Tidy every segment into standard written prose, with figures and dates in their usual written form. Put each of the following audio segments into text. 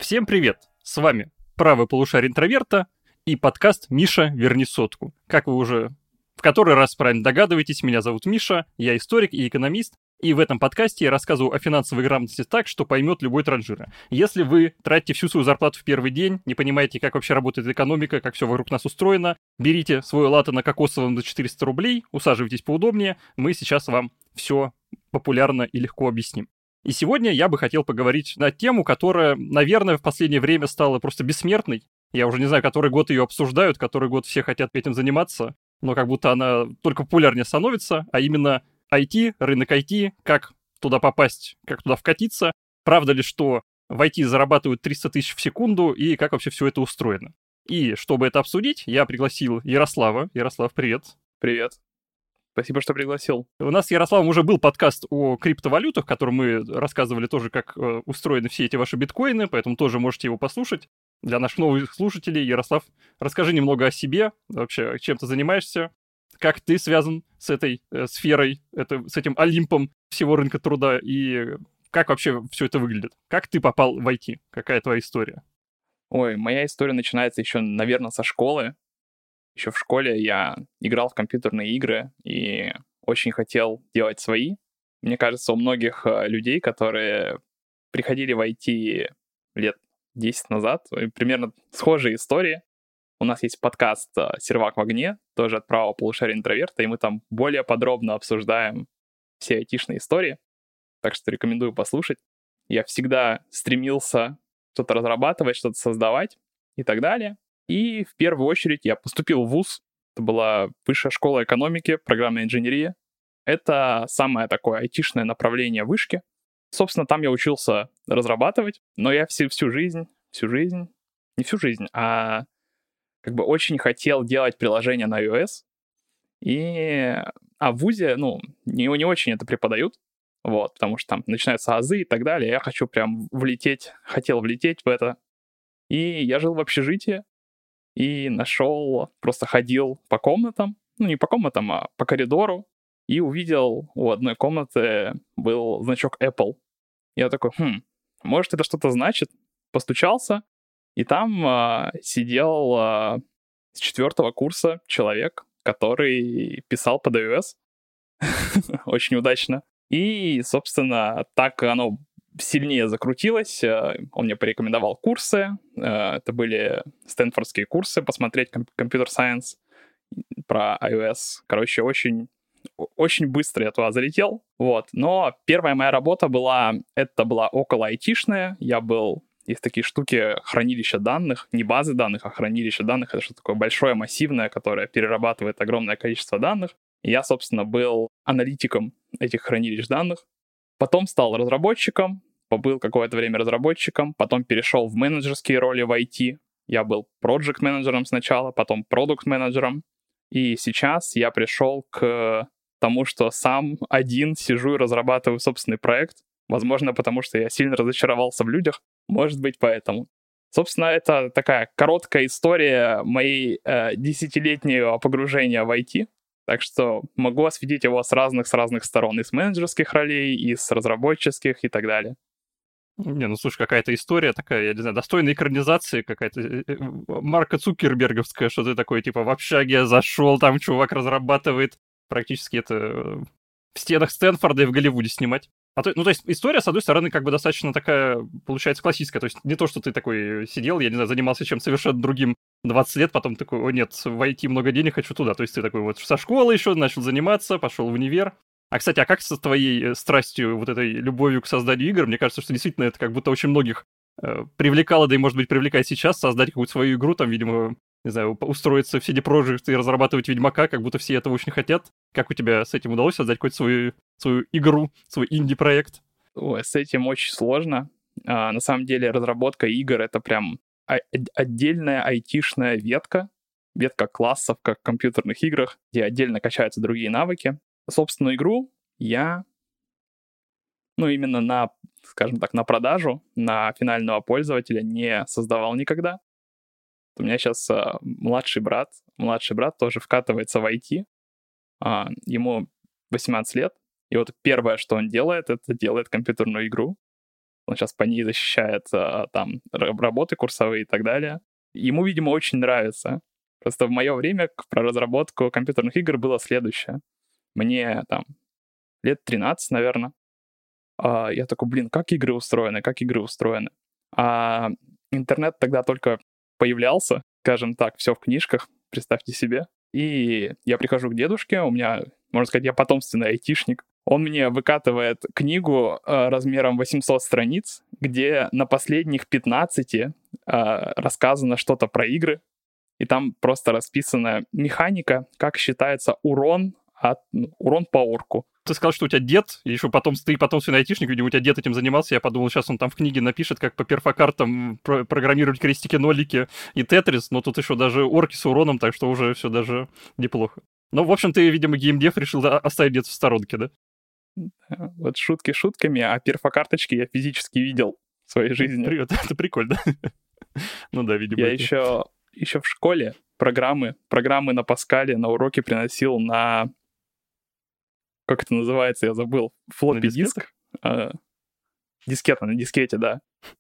Всем привет! С вами правое полушарие интроверта и подкаст «Миша, верни сотку». Как вы уже в который раз правильно догадываетесь, меня зовут Миша, я историк и экономист, и в этом подкасте я рассказываю о финансовой грамотности так, что поймет любой транжира. Если вы тратите всю свою зарплату в первый день, не понимаете, как вообще работает экономика, как все вокруг нас устроено, берите свой латте на кокосовом за 400 рублей, усаживайтесь поудобнее, мы сейчас вам все популярно и легко объясним. И сегодня я бы хотел поговорить на тему, которая, наверное, в последнее время стала просто бессмертной. Я уже не знаю, который год ее обсуждают, который год все хотят этим заниматься, но как будто она только популярнее становится, а именно IT, рынок IT, как туда попасть, как туда вкатиться. Правда ли, что в IT зарабатывают 300 тысяч в секунду, и как вообще все это устроено? И чтобы это обсудить, я пригласил Ярослава. Ярослав, привет. Привет. Спасибо, что пригласил. У нас с Ярославом уже был подкаст о криптовалютах, в котором мы рассказывали тоже, как устроены все эти ваши биткоины, поэтому тоже можете его послушать. Для наших новых слушателей, Ярослав, расскажи немного о себе, вообще, чем ты занимаешься, как ты связан с этой сферой, с этим Олимпом всего рынка труда, и как вообще все это выглядит? Как ты попал в IT? Какая твоя история? Ой, моя история начинается еще, наверное, со школы. Еще в школе я играл в компьютерные игры и очень хотел делать свои. Мне кажется, у многих людей, которые приходили в IT лет 10 назад, примерно схожие истории. У нас есть подкаст «Сервак в огне», тоже от правого полушария интроверта, и мы там более подробно обсуждаем все айтишные истории, так что рекомендую послушать. Я всегда стремился что-то разрабатывать, что-то создавать и так далее. И в первую очередь я поступил в вуз. Это была высшая школа экономики, программная инженерия. Это самое такое айтишное направление вышки. Собственно, там я учился разрабатывать, но я всю жизнь, не всю жизнь, а как бы очень хотел делать приложения на iOS. А в вузе, не очень это преподают, вот, потому что там начинаются азы и так далее. Я хотел влететь в это. И я жил в общежитии, и просто ходил по комнатам, не по комнатам, а по коридору, и увидел у одной комнаты был значок Apple. Я такой, может, это что-то значит? Постучался, и там сидел с 4 курса человек, который писал под iOS. Очень удачно. И, собственно, так оно сильнее закрутилось. Он мне порекомендовал курсы. Это были стэнфордские курсы, посмотреть Computer Science про iOS. Короче, очень, очень быстро я туда залетел. Вот. Но первая моя работа была около айтишная. Я был из такие штуки хранилища данных, не базы данных, а хранилища данных. Это что-то такое большое, массивное, которое перерабатывает огромное количество данных. И я, собственно, был аналитиком этих хранилищ данных. Потом стал разработчиком, побыл какое-то время разработчиком, потом перешел в менеджерские роли в IT. Я был проект-менеджером сначала, потом продукт-менеджером. И сейчас я пришел к тому, что сам один сижу и разрабатываю собственный проект. Возможно, потому что я сильно разочаровался в людях. Может быть, поэтому. Собственно, это такая короткая история моей 10-летнего погружения в IT. Так что могу осветить его с разных сторон. И с менеджерских ролей, и с разработческих, и так далее. Слушай, какая-то история такая, я не знаю, достойная экранизации какая-то, Марка Цукерберговская, что ты такой, типа, в общаге зашел, там чувак разрабатывает. Практически это в стенах Стэнфорда и в Голливуде снимать. То есть история, с одной стороны, как бы достаточно такая, получается, классическая. То есть не то, что ты такой сидел, я не знаю, занимался чем совершенно другим 20 лет, потом такой, о нет, в IT много денег, хочу туда. То есть ты такой вот со школы еще начал заниматься, пошел в универ. Кстати, как со твоей страстью, вот этой любовью к созданию игр? Мне кажется, что действительно это как будто очень многих привлекало, да и, может быть, привлекает сейчас создать какую-то свою игру, там, видимо, не знаю, устроиться в CD Projekt и разрабатывать Ведьмака, как будто все этого очень хотят. Как у тебя с этим удалось создать какую-то свою игру, свой инди-проект? Ой, с этим очень сложно. На самом деле разработка игр — это прям отдельная айтишная ветка классов, как в компьютерных играх, где отдельно качаются другие навыки. Собственную игру я, именно на, скажем так, на продажу, на финального пользователя не создавал никогда. У меня сейчас младший брат тоже вкатывается в IT. Ему 18 лет. И вот первое, что он делает, это делает компьютерную игру. Он сейчас по ней защищает там работы курсовые и так далее. Ему, видимо, очень нравится. Просто в мое время про разработку компьютерных игр было следующее. Мне там лет 13, наверное. Я такой, как игры устроены, как игры устроены. А интернет тогда только появлялся, скажем так, все в книжках, представьте себе. И я прихожу к дедушке, у меня, можно сказать, я потомственный айтишник. Он мне выкатывает книгу размером 800 страниц, где на последних 15 рассказано что-то про игры. И там просто расписана механика, как считается урон по орку. Ты сказал, что у тебя дед, и еще ты потомственный айтишник, видимо, у тебя дед этим занимался. Я подумал, сейчас он там в книге напишет, как по перфокартам программировать крестики-нолики и тетрис, но тут еще даже орки с уроном, так что уже все даже неплохо. Ну, в общем, ты, видимо, геймдев решил оставить где-то в сторонке, да? Вот шутки шутками, а перфокарточки я физически видел в своей жизни. Привет, это прикольно. Ну да, видимо. Я еще в школе программы на Паскале на уроке приносил на... Как это называется, я забыл. Флоппи диск. Дискета, на дискете, да.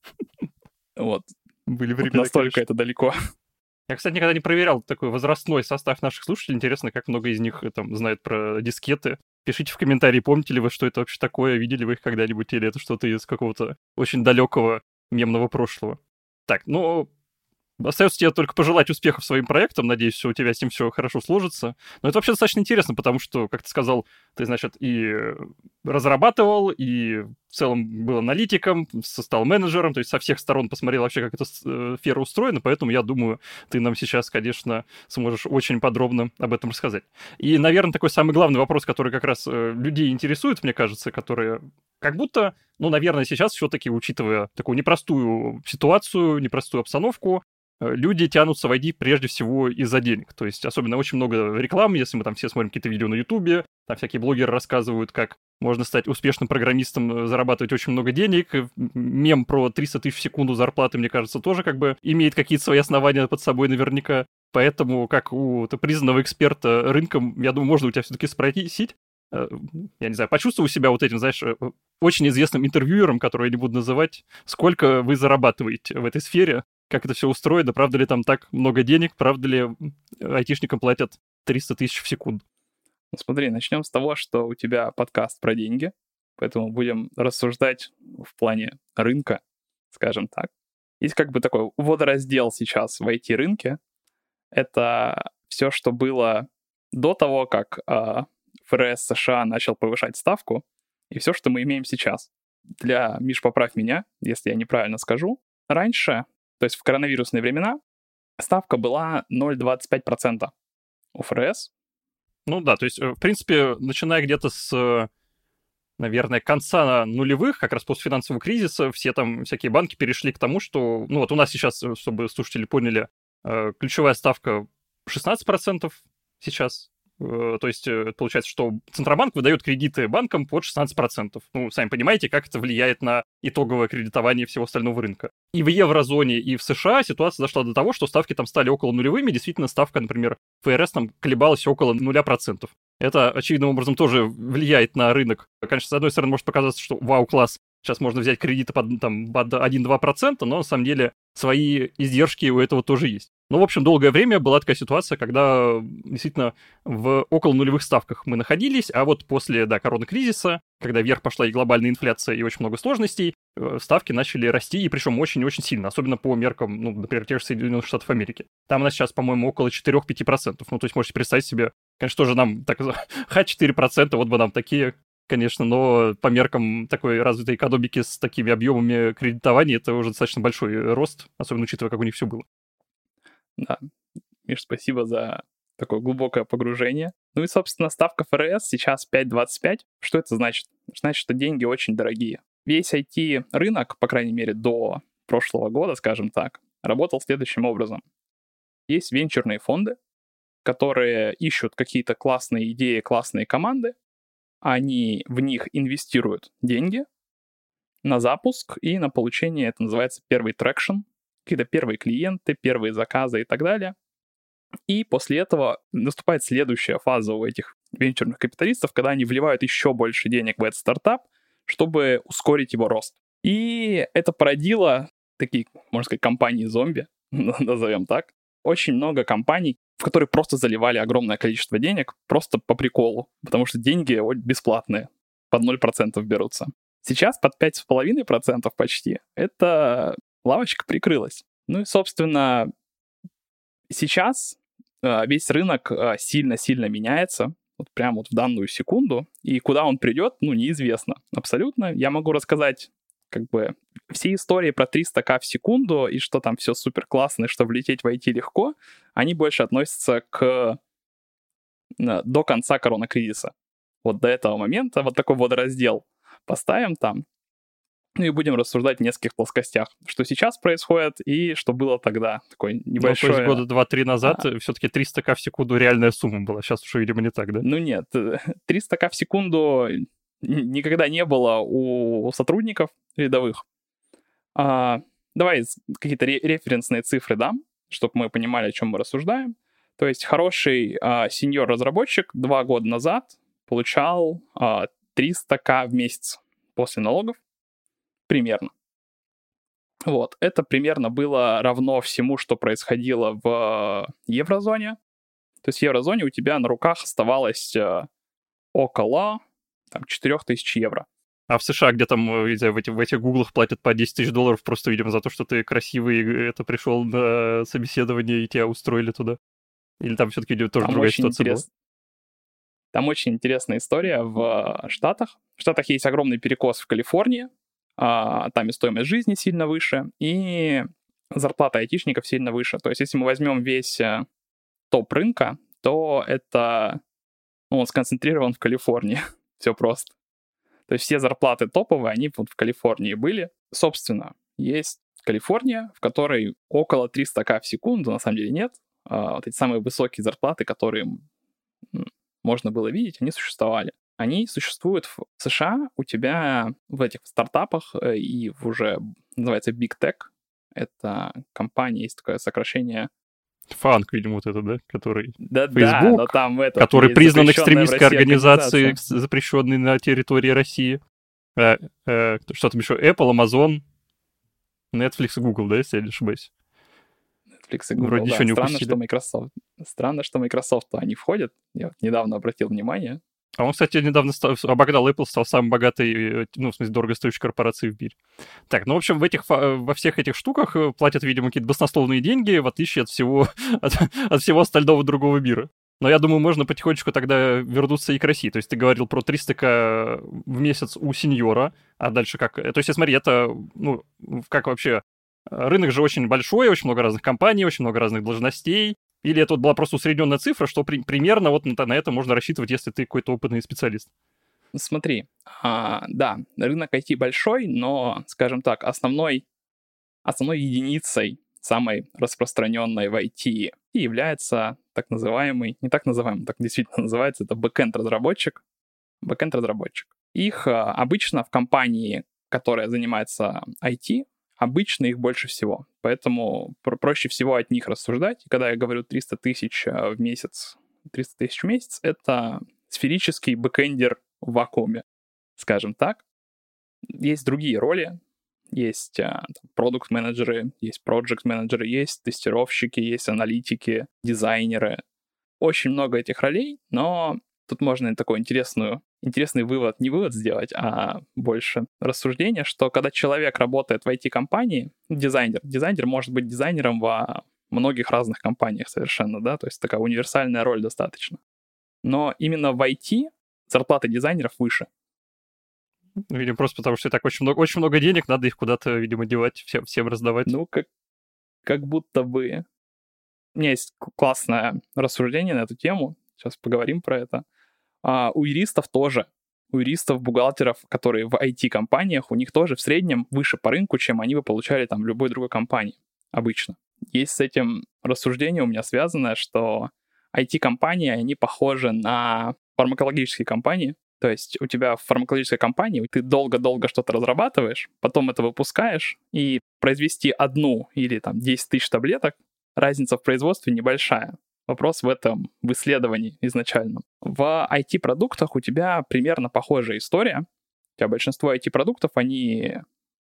Вот. Были времена, настолько это далеко. Я, кстати, никогда не проверял такой возрастной состав наших слушателей. Интересно, как много из них там знают про дискеты. Пишите в комментарии, помните ли вы, что это вообще такое, видели вы их когда-нибудь, или это что-то из какого-то очень далекого мемного прошлого. Так, ну, остается тебе только пожелать успехов своим проектам. Надеюсь, что у тебя с ним все хорошо сложится. Но это вообще достаточно интересно, потому что, как ты сказал, ты, значит, и разрабатывал, и в целом был аналитиком, стал менеджером, то есть со всех сторон посмотрел вообще, как эта сфера устроена, поэтому я думаю, ты нам сейчас, конечно, сможешь очень подробно об этом рассказать. И, наверное, такой самый главный вопрос, который как раз людей интересует, мне кажется, которые как будто, ну, наверное, сейчас все-таки, учитывая такую непростую ситуацию, непростую обстановку, люди тянутся в ID прежде всего из-за денег. То есть особенно очень много рекламы, если мы там все смотрим какие-то видео на Ютубе, там всякие блогеры рассказывают, как можно стать успешным программистом, зарабатывать очень много денег. Мем про 300 тысяч в секунду зарплаты, мне кажется, тоже как бы имеет какие-то свои основания под собой наверняка. Поэтому, как у признанного эксперта рынком, я думаю, можно у тебя все-таки спросить, я не знаю, почувствовал себя вот этим, знаешь, очень известным интервьюером, который я не буду называть, сколько вы зарабатываете в этой сфере, как это все устроено, правда ли там так много денег, правда ли айтишникам платят 300 тысяч в секунду. Ну, смотри, начнем с того, что у тебя подкаст про деньги, поэтому будем рассуждать в плане рынка, скажем так. Есть как бы такой водораздел сейчас в IT-рынке. Это все, что было до того, как ФРС США начал повышать ставку, и все, что мы имеем сейчас. Миш, поправь меня, если я неправильно скажу. Раньше, то есть в коронавирусные времена, ставка была 0,25% у ФРС. Ну да, то есть, в принципе, начиная где-то с, наверное, конца нулевых, как раз после финансового кризиса, все там всякие банки перешли к тому, что... Ну вот у нас сейчас, чтобы слушатели поняли, ключевая ставка 16% сейчас. То есть получается, что Центробанк выдает кредиты банкам под 16%. Ну, сами понимаете, как это влияет на итоговое кредитование всего остального рынка. И в еврозоне, и в США ситуация дошла до того, что ставки там стали около нулевыми. Действительно, ставка, например, ФРС там колебалась около 0%. Это, очевидным образом, тоже влияет на рынок. Конечно, с одной стороны, может показаться, что вау-класс, сейчас можно взять кредиты под 1-2%, но на самом деле свои издержки у этого тоже есть. Ну, в общем, долгое время была такая ситуация, когда действительно в около нулевых ставках мы находились, а вот после, коронакризиса, когда вверх пошла и глобальная инфляция, и очень много сложностей, ставки начали расти, и причем очень-очень сильно, особенно по меркам, ну, например, тех же Соединенных Штатов Америки. Там она сейчас, по-моему, около 4-5%. Ну, то есть можете представить себе, конечно, тоже нам так, 4%, вот бы нам такие... Конечно, но по меркам такой развитой экономики с такими объемами кредитования это уже достаточно большой рост, особенно учитывая, как у них все было. Да, Миш, спасибо за такое глубокое погружение. Ну и, собственно, ставка ФРС сейчас 5,25. Что это значит? Значит, что деньги очень дорогие. Весь IT-рынок, по крайней мере, до прошлого года, скажем так, работал следующим образом. Есть венчурные фонды, которые ищут какие-то классные идеи, классные команды, они в них инвестируют деньги на запуск и на получение, это называется первый трекшн, какие-то первые клиенты, первые заказы и так далее. И после этого наступает следующая фаза у этих венчурных капиталистов, когда они вливают еще больше денег в этот стартап, чтобы ускорить его рост. И это породило такие, можно сказать, компании-зомби, назовем так. Очень много компаний, в которые просто заливали огромное количество денег просто по приколу, потому что деньги бесплатные, под 0% берутся. Сейчас под 5,5% почти эта лавочка прикрылась. Ну и, собственно, сейчас весь рынок сильно-сильно меняется, вот прямо вот в данную секунду, и куда он придет, неизвестно абсолютно. Я могу рассказать как бы все истории про 300к в секунду и что там все супер классно, и что влететь в IT легко, они больше относятся до конца коронакризиса. Вот до этого момента вот такой водораздел поставим там, и будем рассуждать в нескольких плоскостях, что сейчас происходит и что было тогда. Такой небольшой... то есть года 2-3 назад все-таки 300к в секунду реальная сумма была. Сейчас уже, видимо, не так, да? Нет, 300к в секунду никогда не было у сотрудников рядовых. Давай какие-то референсные цифры дам, чтобы мы понимали, о чем мы рассуждаем. То есть хороший сеньор-разработчик 2 года назад получал 300к в месяц после налогов. Примерно. Вот. Это примерно было равно всему, что происходило в еврозоне. То есть в еврозоне у тебя на руках оставалось около 4000 евро. А в США, где там, не знаю, в этих гуглах платят по 10 тысяч долларов просто, видимо, за то, что ты красивый, пришел на собеседование и тебя устроили туда? Или там все-таки тоже другая ситуация была? Там очень интересная история в Штатах. В Штатах есть огромный перекос в Калифорнии. Там и стоимость жизни сильно выше, и зарплата айтишников сильно выше. То есть если мы возьмем весь топ рынка, то это, он сконцентрирован в Калифорнии. Все просто. То есть все зарплаты топовые, они вот в Калифорнии были. Собственно, есть Калифорния, в которой около 300к в секунду, на самом деле нет. Вот эти самые высокие зарплаты, которые можно было видеть, они существовали. Они существуют в США, у тебя в этих стартапах и уже называется Big Tech. Это компания, есть такое сокращение. Фанк, видимо, вот это, да? Который Facebook, но там который признан экстремистской организацией, запрещенной на территории России. Что там еще? Apple, Amazon, Netflix и Google, да, если я не ошибаюсь? Netflix и Google, вроде ничего не упустили. Странно, что Microsoft они входят. Я вот недавно обратил внимание. А он, кстати, недавно обогнал Apple, стал самой богатой, в смысле, дорогостоящей корпорацией в мире. Так, в общем, во всех этих штуках платят, видимо, какие-то баснословные деньги, в отличие от всего остального другого мира. Но я думаю, можно потихонечку тогда вернуться и к России. То есть ты говорил про 300к в месяц у сеньора, а дальше как? То есть, смотри, это, как вообще... Рынок же очень большой, очень много разных компаний, очень много разных должностей. Или это была просто усредненная цифра, что примерно вот на это можно рассчитывать, если ты какой-то опытный специалист? Смотри, да, рынок IT большой, но, скажем так, основной единицей, самой распространенной в IT является так называемый, не так называемый, так действительно называется, это бэкэнд-разработчик. Бэкэнд-разработчик. Их обычно в компании, которая занимается IT, обычно их больше всего, поэтому проще всего от них рассуждать. И когда я говорю 300 тысяч в месяц, это сферический бэкэндер в вакууме, скажем так. Есть другие роли, есть продукт-менеджеры, есть проект-менеджеры, есть тестировщики, есть аналитики, дизайнеры. Очень много этих ролей, но тут можно такой интересный вывод, не вывод сделать, а больше рассуждение, что когда человек работает в IT-компании, дизайнер может быть дизайнером во многих разных компаниях совершенно, да, то есть такая универсальная роль достаточно. Но именно в IT зарплаты дизайнеров выше. Видимо, просто потому что и так очень много денег, надо их куда-то, видимо, девать, всем раздавать. Как будто бы. У меня есть классное рассуждение на эту тему, сейчас поговорим про это. У юристов тоже. У юристов, бухгалтеров, которые в IT-компаниях, у них тоже в среднем выше по рынку, чем они бы получали там в любой другой компании обычно. Есть с этим рассуждение у меня связанное, что IT-компании, они похожи на фармакологические компании. То есть у тебя в фармакологической компании ты долго-долго что-то разрабатываешь, потом это выпускаешь, и произвести 1 или 10 тысяч таблеток, разница в производстве небольшая. Вопрос в исследовании изначальном. В IT-продуктах у тебя примерно похожая история. У тебя большинство IT-продуктов, они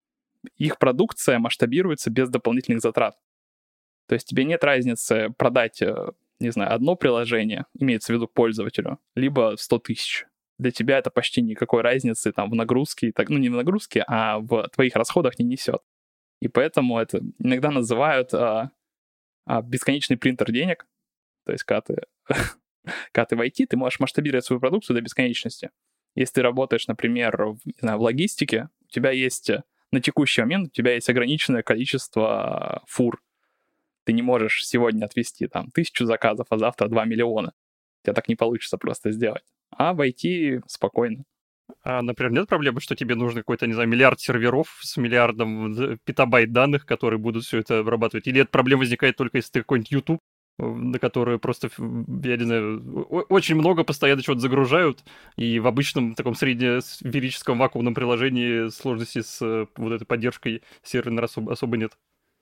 их продукция масштабируется без дополнительных затрат. То есть тебе нет разницы продать, не знаю, одно приложение, имеется в виду пользователю, либо 100 тысяч. Для тебя это почти никакой разницы там в нагрузке, ну не в нагрузке, а в твоих расходах не несет. И поэтому это иногда называют бесконечный принтер денег. То есть когда ты в IT, ты можешь масштабировать свою продукцию до бесконечности. Если ты работаешь, например, в логистике, у тебя есть на текущий момент у тебя есть ограниченное количество фур. Ты не можешь сегодня отвезти там 1000 заказов, а завтра 2 миллиона. У тебя так не получится просто сделать. А в IT спокойно. А, например, нет проблемы, что тебе нужно какой-то, не знаю, миллиард серверов с миллиардом петабайт данных, которые будут все это обрабатывать? Или эта проблема возникает только если ты какой-нибудь YouTube, на который просто, я не знаю, очень много постоянно чего-то загружают, и в обычном таком среднесферическом вакуумном приложении сложности с вот этой поддержкой серверной особо нет?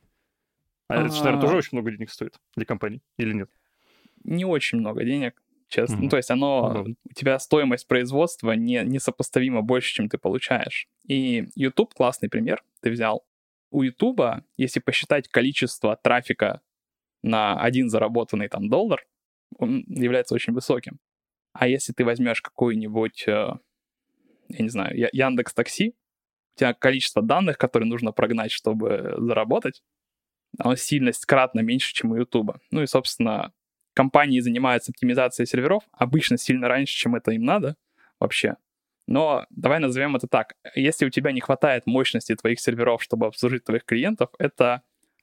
А это, наверное, тоже очень много денег стоит для компаний, или нет? Не очень много денег, честно. Ну, то есть у тебя стоимость производства несопоставима больше, чем ты получаешь. И YouTube классный пример ты взял. У YouTube, если посчитать количество трафика на один заработанный там $, он является очень высоким. А если ты возьмешь какой-нибудь, я не знаю, Яндекс.Такси, у тебя количество данных, которые нужно прогнать, чтобы заработать, оно сильно кратно меньше, чем у YouTube. Ну и, собственно, компании занимаются оптимизацией серверов обычно сильно раньше, чем это им надо вообще. Но давай назовем это так. Если у тебя не хватает мощности твоих серверов, чтобы обслужить твоих клиентов, это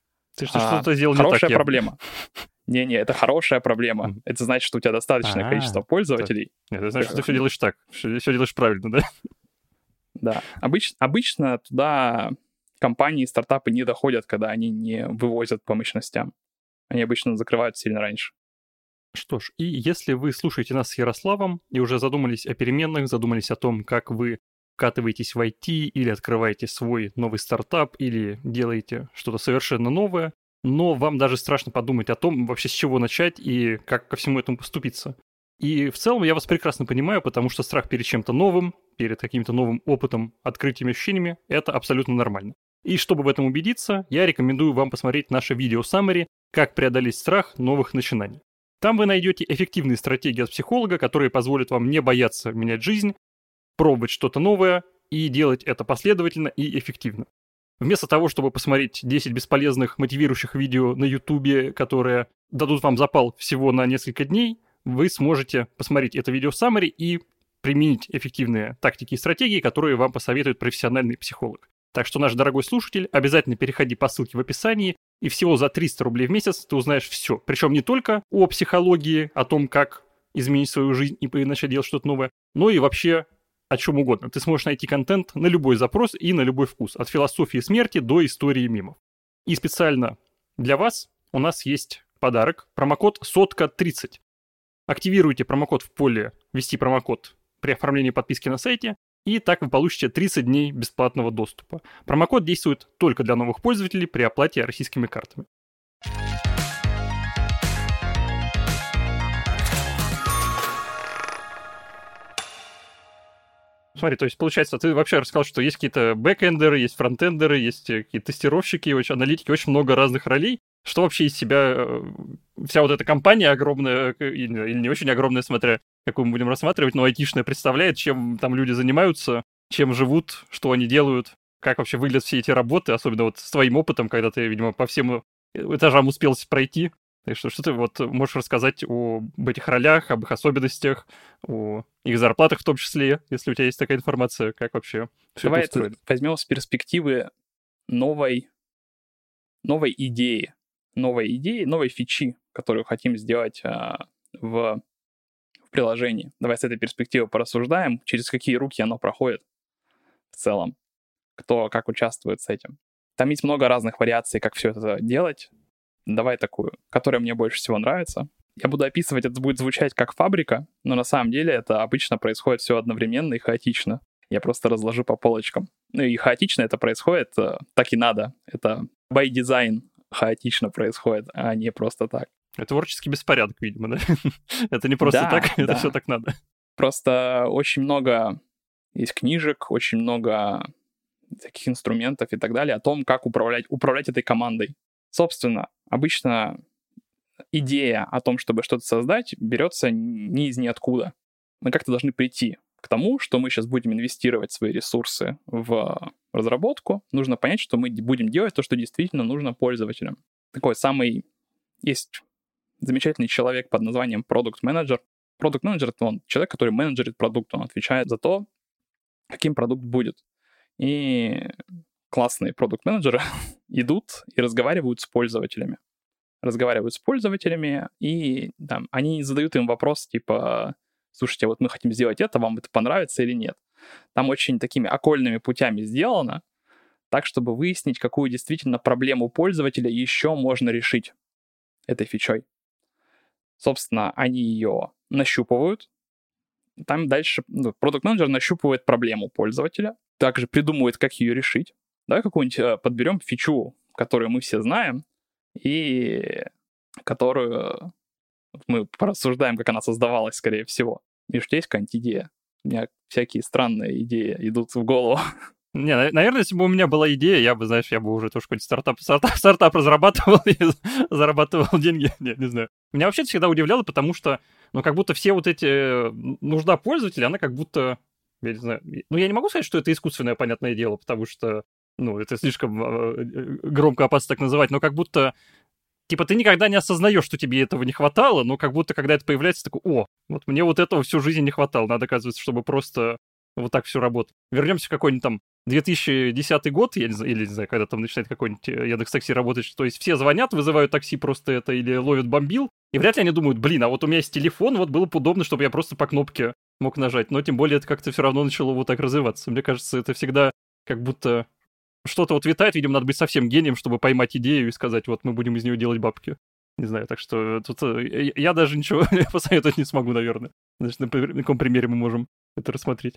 хорошая проблема. Не-не, это хорошая проблема. Это значит, что у тебя достаточное количество пользователей. Нет, это значит, что ты все делаешь так. Все делаешь правильно, да? Да. Обычно туда компании, стартапы не доходят, когда они не вывозят по мощностям. Они обычно закрывают сильно раньше. Что ж, и если вы слушаете нас с Ярославом и уже задумались о переменных, задумались о том, как вы вкатываетесь в IT или открываете свой новый стартап или делаете что-то совершенно новое, но вам даже страшно подумать о том, вообще с чего начать и как ко всему этому поступиться. И в целом я вас прекрасно понимаю, потому что страх перед чем-то новым, перед каким-то новым опытом, открытиями, ощущениями – это абсолютно нормально. И чтобы в этом убедиться, я рекомендую вам посмотреть наше видео-саммари «Как преодолеть страх новых начинаний». Там вы найдете эффективные стратегии от психолога, которые позволят вам не бояться менять жизнь, пробовать что-то новое и делать это последовательно и эффективно. Вместо того, чтобы посмотреть 10 бесполезных мотивирующих видео на YouTube, которые дадут вам запал всего на несколько дней, вы сможете посмотреть это видео-саммари и применить эффективные тактики и стратегии, которые вам посоветует профессиональный психолог. Так что, наш дорогой слушатель, обязательно переходи по ссылке в описании, и всего за 300 рублей в месяц ты узнаешь все. Причем не только о психологии, о том, как изменить свою жизнь и начать делать что-то новое, но и вообще о чем угодно. Ты сможешь найти контент на любой запрос и на любой вкус, от философии смерти до истории мемов. И специально для вас у нас есть подарок, промокод СОТКА30. Активируйте промокод в поле «Ввести промокод» при оформлении подписки на сайте, и так вы получите 30 дней бесплатного доступа. Промокод действует только для новых пользователей при оплате российскими картами. Смотри, то есть получается, ты вообще рассказал, что есть какие-то бэкэндеры, есть фронтендеры, есть какие-то тестировщики, аналитики, очень много разных ролей. Что вообще из себя вся вот эта компания огромная, или не очень огромная, смотря какую мы будем рассматривать, но айтишная представляет, чем там люди занимаются, чем живут, что они делают, как вообще выглядят все эти работы, особенно вот с твоим опытом, когда ты, видимо, по всем этажам успел пройти. Так что ты вот можешь рассказать об этих ролях, об их особенностях, о их зарплатах в том числе, если у тебя есть такая информация, как вообще все это устроено. Давай возьмем с перспективы новой идеи, новой фичи, которую хотим сделать в приложении. Давай с этой перспективы порассуждаем, через какие руки оно проходит в целом, кто как участвует с этим. Там есть много разных вариаций, как все это делать. Давай такую, которая мне больше всего нравится. Я буду описывать, это будет звучать как фабрика, но на самом деле это обычно происходит все одновременно и хаотично. Я просто разложу по полочкам. Ну и хаотично это происходит, так и надо. Это by design хаотично происходит, а не просто так. Это творческий беспорядок, видимо, да? Это не просто так, это все так надо. Просто очень много есть книжек, очень много всяких инструментов и так далее, о том, как управлять этой командой. Собственно, обычно идея о том, чтобы что-то создать, берется не из ниоткуда. Мы как-то должны прийти к тому, что мы сейчас будем инвестировать свои ресурсы в разработку. Нужно понять, что мы будем делать то, что действительно нужно пользователям. Такой самый... Есть замечательный человек под названием продукт-менеджер. Продукт-менеджер — это он человек, который менеджерит продукт, он отвечает за то, каким продукт будет. И классные продукт-менеджеры идут и разговаривают с пользователями. И там, они задают им вопрос типа: слушайте, вот мы хотим сделать это, вам это понравится или нет? Там очень такими окольными путями сделано, так, чтобы выяснить, какую действительно проблему пользователя еще можно решить этой фичой. Собственно, они ее нащупывают. Там дальше продукт-менеджер нащупывает проблему пользователя, также придумывает, как ее решить. Давай какую-нибудь подберем фичу, которую мы все знаем, и которую мы порассуждаем, как она создавалась, скорее всего. Миш, у тебя есть какая-нибудь идея? У меня всякие странные идеи идут в голову. Не, наверное, если бы у меня была идея, я бы уже тоже какой-нибудь стартап разрабатывал и зарабатывал деньги. Не знаю. Меня вообще всегда удивляло, потому что, как будто все вот эти нужда пользователя, она как будто, я не знаю, я не могу сказать, что это искусственное, понятное дело, потому что, это слишком громко опасно так называть, но как будто, типа, ты никогда не осознаешь, что тебе этого не хватало, но как будто, когда это появляется, такой: вот мне вот этого всю жизнь не хватало, надо, оказывается, чтобы просто вот так все работало. Вернемся в какой-нибудь там 2010 год, я не знаю, или, не знаю, когда там начинает какой-нибудь Яндекс.Такси работать, то есть все звонят, вызывают такси просто это, или ловят бомбил, и вряд ли они думают: блин, а вот у меня есть телефон, вот было бы удобно, чтобы я просто по кнопке мог нажать. Но тем более это как-то все равно начало вот так развиваться. Мне кажется, это всегда как будто что-то вот витает, видимо, надо быть совсем гением, чтобы поймать идею и сказать: вот мы будем из нее делать бабки. Не знаю, так что тут я даже ничего посоветовать не смогу, наверное. Значит, на каком примере мы можем это рассмотреть?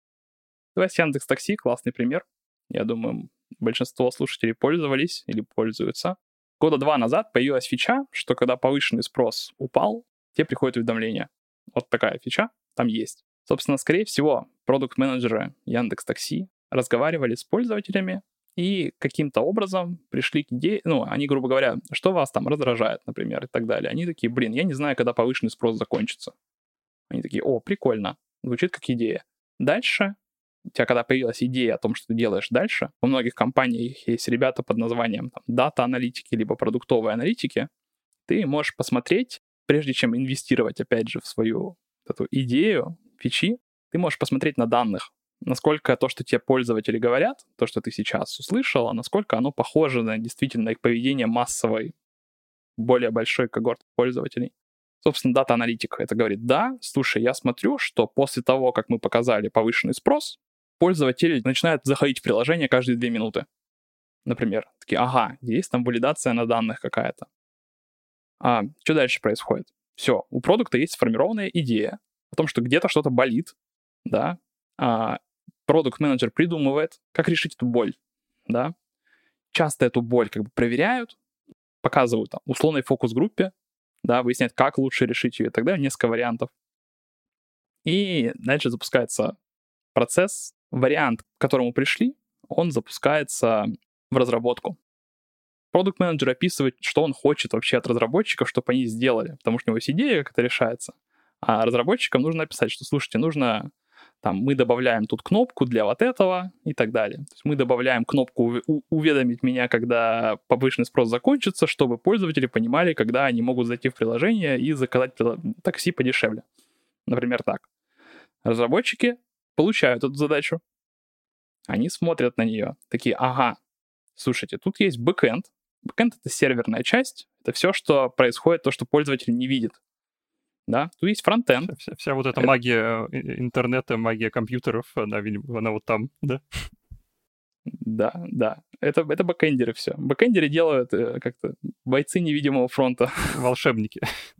Давай с Яндекс.Такси, классный пример. Я думаю, большинство слушателей пользовались или пользуются. Года 2 назад появилась фича, что когда повышенный спрос упал, тебе приходит уведомление. Вот такая фича там есть. Собственно, скорее всего, продукт-менеджеры Яндекс.Такси разговаривали с пользователями и каким-то образом пришли к идее, они, грубо говоря, что вас там раздражает, например, и так далее. Они такие: блин, я не знаю, когда повышенный спрос закончится. Они такие: о, прикольно, звучит как идея. Дальше у тебя, когда появилась идея о том, что ты делаешь дальше, у многих компаний есть ребята под названием дата-аналитики либо продуктовые аналитики, ты можешь посмотреть, прежде чем инвестировать, опять же, в свою эту идею, фичи, ты можешь посмотреть на данных, насколько то, что тебе пользователи говорят, то, что ты сейчас услышал, насколько оно похоже на действительно их поведение массовой, более большой когорты пользователей. Собственно, дата-аналитик это говорит: да, слушай, я смотрю, что после того, как мы показали повышенный спрос, пользователи начинают заходить в приложение каждые 2 минуты. Например, такие: ага, есть там валидация на данных какая-то. А что дальше происходит? Все, у продукта есть сформированная идея о том, что где-то что-то болит, да. Продукт-менеджер придумывает, как решить эту боль, да. Часто эту боль как бы проверяют, показывают там условной фокус-группе, да, выясняют, как лучше решить ее и так далее, несколько вариантов. И дальше запускается процесс, вариант, к которому пришли, он запускается в разработку. Продукт-менеджер описывает, что он хочет вообще от разработчиков, чтобы они сделали, потому что у него есть идея, как это решается. А разработчикам нужно написать, что, слушайте, нужно, мы добавляем тут кнопку для вот этого и так далее. То есть мы добавляем кнопку «Уведомить меня, когда повышенный спрос закончится», чтобы пользователи понимали, когда они могут зайти в приложение и заказать такси подешевле. Например, так. Разработчики получают эту задачу. Они смотрят на нее, такие: ага, слушайте, тут есть бэкэнд. Бэкэнд — это серверная часть, это все, что происходит, то, что пользователь не видит. Да, тут есть фронтенд. Вся вот эта магия интернета, магия компьютеров, она вот там, да? Да. Это бэкэндеры все. Бэкэндеры делают как-то бойцы невидимого фронта. Волшебники.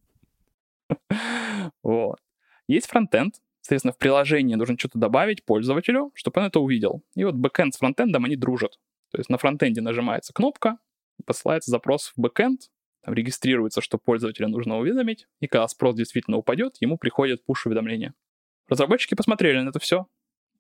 Вот. Есть фронтенд. Соответственно, в приложении нужно что-то добавить пользователю, чтобы он это увидел. И вот бэкэнд с фронтендом, они дружат. То есть на фронтенде нажимается кнопка, посылается запрос в бэкэнд, там регистрируется, что пользователя нужно уведомить, и когда спрос действительно упадет, ему приходит пуш-уведомление. Разработчики посмотрели на это все,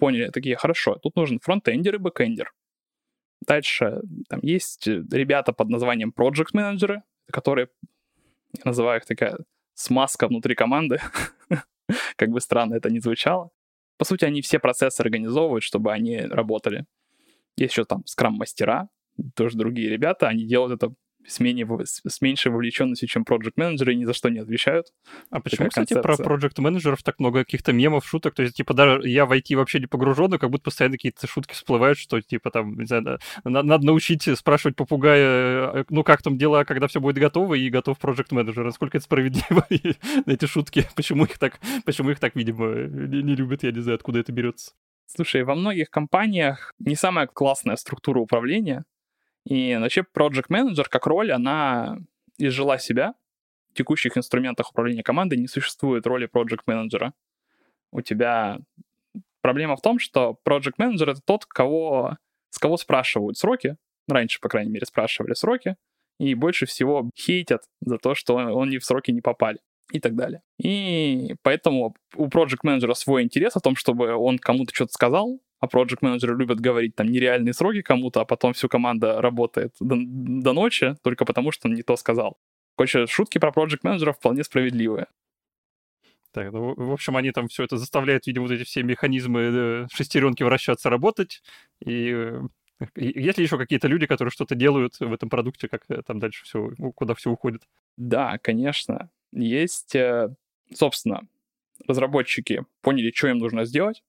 поняли, такие, хорошо, тут нужен фронтендер и бэкендер. Дальше там есть ребята под названием project менеджеры, которые, я называю их такая смазка внутри команды, как бы странно это ни звучало. По сути, они все процессы организовывают, чтобы они работали. Есть еще там скрам-мастера, тоже другие ребята, они делают это с меньшей вовлеченностью, чем проект-менеджеры, и ни за что не отвечают. А почему, кстати, про проект-менеджеров так много каких-то мемов, шуток? То есть, типа, даже я в IT вообще не погружен, но как будто постоянно какие-то шутки всплывают, что, типа, там, не знаю, надо научить спрашивать попугая, ну, как там дела, когда все будет готово, и готов проект-менеджер. Насколько это справедливо, эти шутки? Почему их так, видимо, не любят? Я не знаю, откуда это берется. Слушай, во многих компаниях не самая классная структура управления, и вообще Project Manager как роль, она изжила себя. В текущих инструментах управления командой не существует роли Project Manager. У тебя проблема в том, что Project Manager — это тот, с кого спрашивают сроки. Раньше, по крайней мере, спрашивали сроки. И больше всего хейтят за то, что они в сроки не попали. И так далее. И поэтому у Project Manager свой интерес о том, чтобы он кому-то что-то сказал, а Project Manager любят говорить там нереальные сроки кому-то, а потом всю команда работает до ночи только потому, что он не то сказал. Короче, шутки про Project Manager вполне справедливые. Так, ну, в общем, они там все это заставляют, видимо, вот эти все механизмы шестеренки вращаться, работать. И есть ли еще какие-то люди, которые что-то делают в этом продукте, как там дальше все, куда все уходит? Да, конечно. Есть, собственно, разработчики поняли, что им нужно сделать,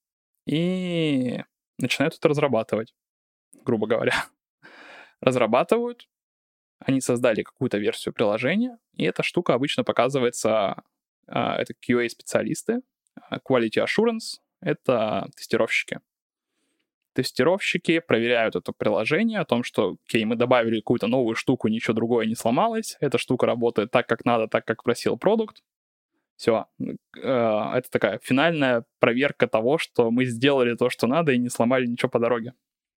и начинают это разрабатывать, грубо говоря. Разрабатывают, они создали какую-то версию приложения, и эта штука обычно показывается, это QA-специалисты, Quality Assurance — это тестировщики. Тестировщики проверяют это приложение о том, что, окей, мы добавили какую-то новую штуку, ничего другое не сломалось, эта штука работает так, как надо, так, как просил продукт. Все. Это такая финальная проверка того, что мы сделали то, что надо, и не сломали ничего по дороге.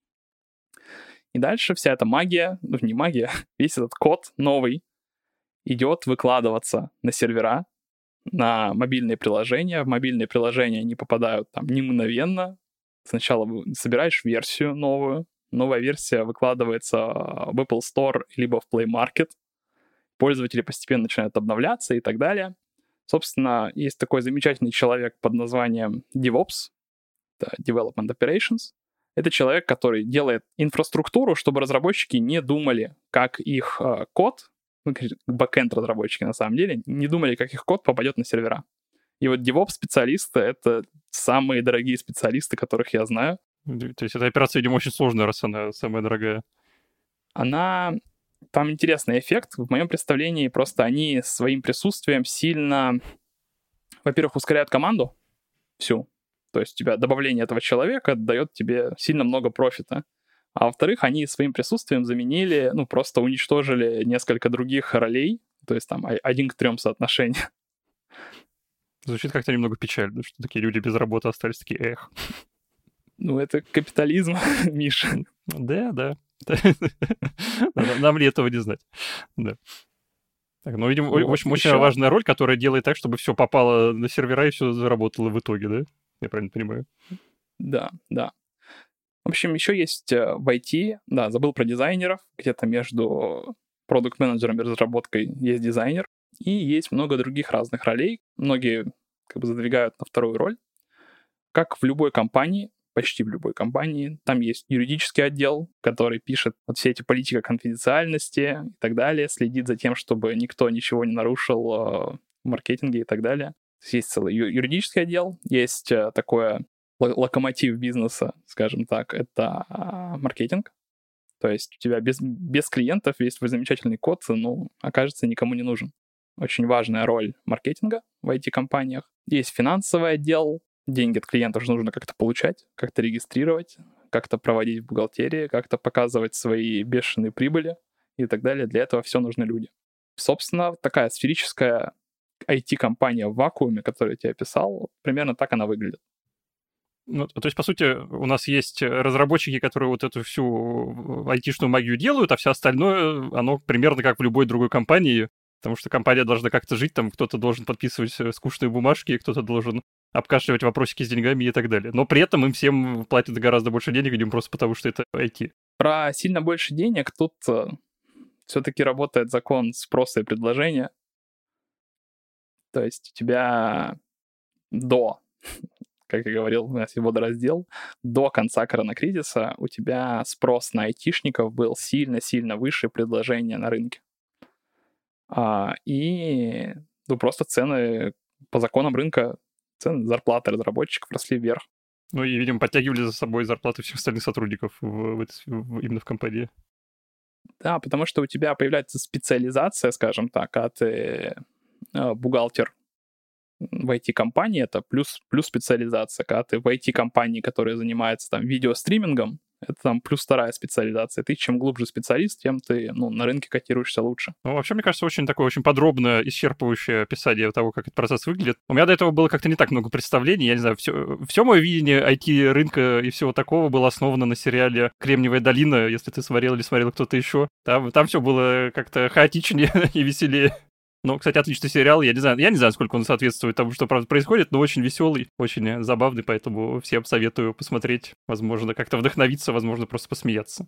И дальше вся эта магия, ну не магия, весь этот код новый идет выкладываться на сервера, на мобильные приложения. В мобильные приложения они попадают там не мгновенно. Сначала собираешь версию новую. Новая версия выкладывается в Apple Store либо в Play Market. Пользователи постепенно начинают обновляться и так далее. Собственно, есть такой замечательный человек под названием DevOps, это Development Operations. Это человек, который делает инфраструктуру, чтобы разработчики не думали, как их код, бэкэнд-разработчики на самом деле, не думали, как их код попадет на сервера. И вот DevOps-специалисты — это самые дорогие специалисты, которых я знаю. То есть эта операция, видимо, очень сложная, раз она самая дорогая. Там интересный эффект. В моем представлении просто они своим присутствием сильно, во-первых, ускоряют команду всю. То есть у тебя добавление этого человека дает тебе сильно много профита. А во-вторых, они своим присутствием заменили, просто уничтожили несколько других ролей. То есть там 1:3 соотношение. Звучит как-то немного печально, что такие люди без работы остались, такие, эх. Это капитализм, Миша. Да. Нам ли этого не знать? Да. Так, видимо, очень важная роль, которая делает так, чтобы все попало на сервера и все заработало в итоге, да? Я правильно понимаю? Да. В общем, еще есть в IT, забыл про дизайнеров, где-то между продукт-менеджером и разработкой есть дизайнер, и есть много других разных ролей. Многие задвигают на вторую роль. Как в любой компании, почти в любой компании, там есть юридический отдел, который пишет все эти политики конфиденциальности и так далее, следит за тем, чтобы никто ничего не нарушил в маркетинге и так далее. Есть целый юридический отдел, есть такое локомотив бизнеса, скажем так, это маркетинг. То есть у тебя без клиентов весь твой замечательный код, окажется никому не нужен. Очень важная роль маркетинга в IT-компаниях. Есть финансовый отдел. Деньги от клиентов же нужно как-то получать, как-то регистрировать, как-то проводить в бухгалтерии, как-то показывать свои бешеные прибыли и так далее. Для этого все нужны люди. Собственно, такая сферическая IT-компания в вакууме, которую я тебе описал, примерно так она выглядит. То есть, по сути, у нас есть разработчики, которые вот эту всю айтишную магию делают, а все остальное, оно примерно как в любой другой компании, потому что компания должна как-то жить, там кто-то должен подписывать скучные бумажки, кто-то должен обкашливать вопросики с деньгами и так далее. Но при этом им всем платят гораздо больше денег, видимо, просто потому что это IT. Про сильно больше денег тут все-таки работает закон спроса и предложения. То есть у тебя как я говорил, у нас есть водораздел, до конца коронакризиса у тебя спрос на айтишников был сильно-сильно выше предложения на рынке. Просто цены по законам рынка, цены зарплаты разработчиков росли вверх. Ну и, видимо, подтягивали за собой зарплаты всех остальных сотрудников именно в компании. Да, потому что у тебя появляется специализация, скажем так, когда ты бухгалтер в IT-компании, это плюс специализация. Когда ты в IT-компании, которая занимается там видеостримингом, это там плюс вторая специализация. Ты чем глубже специалист, тем ты на рынке котируешься лучше. Ну, вообще, мне кажется, очень подробное, исчерпывающее описание того, как этот процесс выглядит. У меня до этого было как-то не так много представлений. Я не знаю, все мое видение IT-рынка и всего такого было основано на сериале «Кремниевая долина», если ты смотрел или смотрел кто-то еще. Там все было как-то хаотичнее и веселее. Ну, кстати, отличный сериал. Я не знаю, сколько он соответствует тому, что происходит, но очень веселый, очень забавный, поэтому всем советую посмотреть. Возможно, как-то вдохновиться, возможно, просто посмеяться.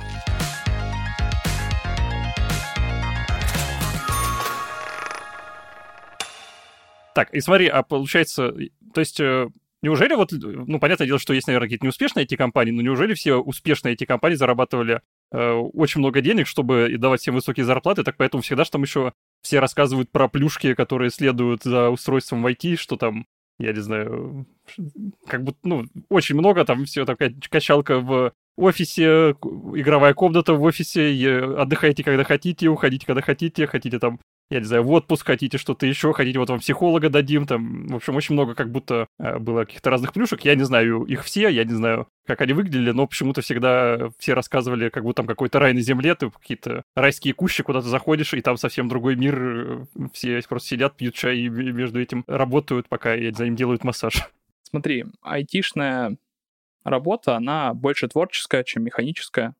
Так, и смотри, а получается, то есть, неужели понятное дело, что есть, наверное, какие-то неуспешные IT-компании, но неужели все успешные IT-компании зарабатывали очень много денег, чтобы давать всем высокие зарплаты, так поэтому всегда же там еще все рассказывают про плюшки, которые следуют за устройством в IT, что там, я не знаю, как будто, очень много, там все такая качалка в офисе, игровая комната в офисе, отдыхайте, когда хотите, уходите, когда хотите там, я не знаю, в отпуск, хотите что-то еще, хотите, вот вам психолога дадим, там, в общем, очень много как будто было каких-то разных плюшек. Я не знаю их все, я не знаю, как они выглядели, но почему-то всегда все рассказывали, как будто там какой-то рай на земле, ты какие-то райские кущи, куда ты заходишь, и там совсем другой мир, все просто сидят, пьют чай и между этим работают, пока, я не знаю, им делают массаж. Смотри, айтишная работа, она больше творческая, чем механическая,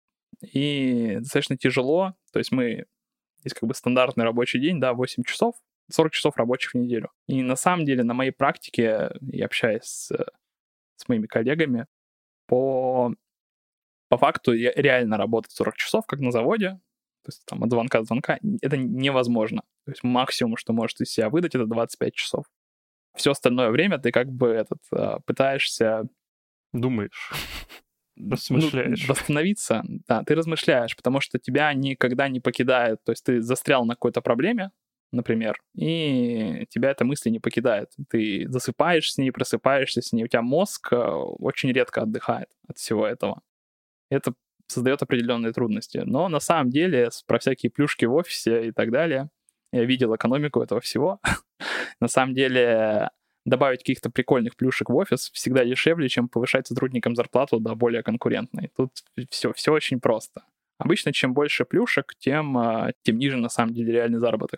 и достаточно тяжело, то есть есть как бы стандартный рабочий день, да, 8 часов, 40 часов рабочих в неделю. И на самом деле на моей практике, и общаясь с моими коллегами, по факту реально работать 40 часов, как на заводе, то есть там от звонка до звонка, это невозможно. То есть максимум, что может из себя выдать, это 25 часов. Все остальное время ты как бы пытаешься... Думаешь. Размышляешь. Восстановиться, да, ты размышляешь, потому что тебя никогда не покидает, то есть ты застрял на какой-то проблеме, например, и тебя эта мысль не покидает. Ты засыпаешь с ней, просыпаешься с ней, у тебя мозг очень редко отдыхает от всего этого. Это создает определенные трудности. Но на самом деле про всякие плюшки в офисе и так далее, я видел экономику этого всего. На самом деле добавить каких-то прикольных плюшек в офис всегда дешевле, чем повышать сотрудникам зарплату до более конкурентной. Тут все очень просто. Обычно, чем больше плюшек, тем ниже, на самом деле, реальный заработок.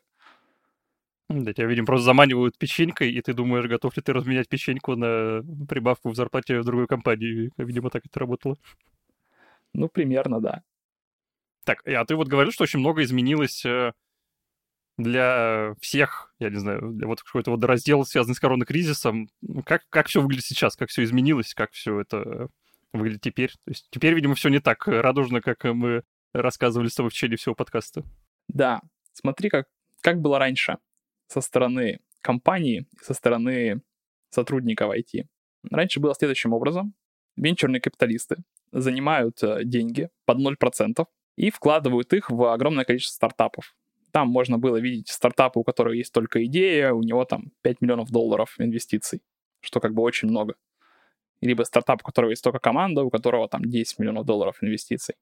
Да, тебя, видимо, просто заманивают печенькой, и ты думаешь, готов ли ты разменять печеньку на прибавку в зарплате в другой компании. Видимо, так это работало. Ну, примерно, да. Так, а ты вот говорил, что очень много изменилось для всех, я не знаю, для вот какой-то вот раздел, связанный с коронакризисом. Как все выглядит сейчас, как все изменилось, как все это выглядит теперь? То есть теперь, видимо, все не так радужно, как мы рассказывали с тобой в течение всего подкаста. Да, смотри, как было раньше со стороны компании, со стороны сотрудников IT. Раньше было следующим образом. Венчурные капиталисты занимают деньги под 0% и вкладывают их в огромное количество стартапов. Там можно было видеть стартапы, у которых есть только идея, у него там $5 миллионов инвестиций, что как бы очень много. Либо стартап, у которого есть только команда, у которого там $10 миллионов инвестиций.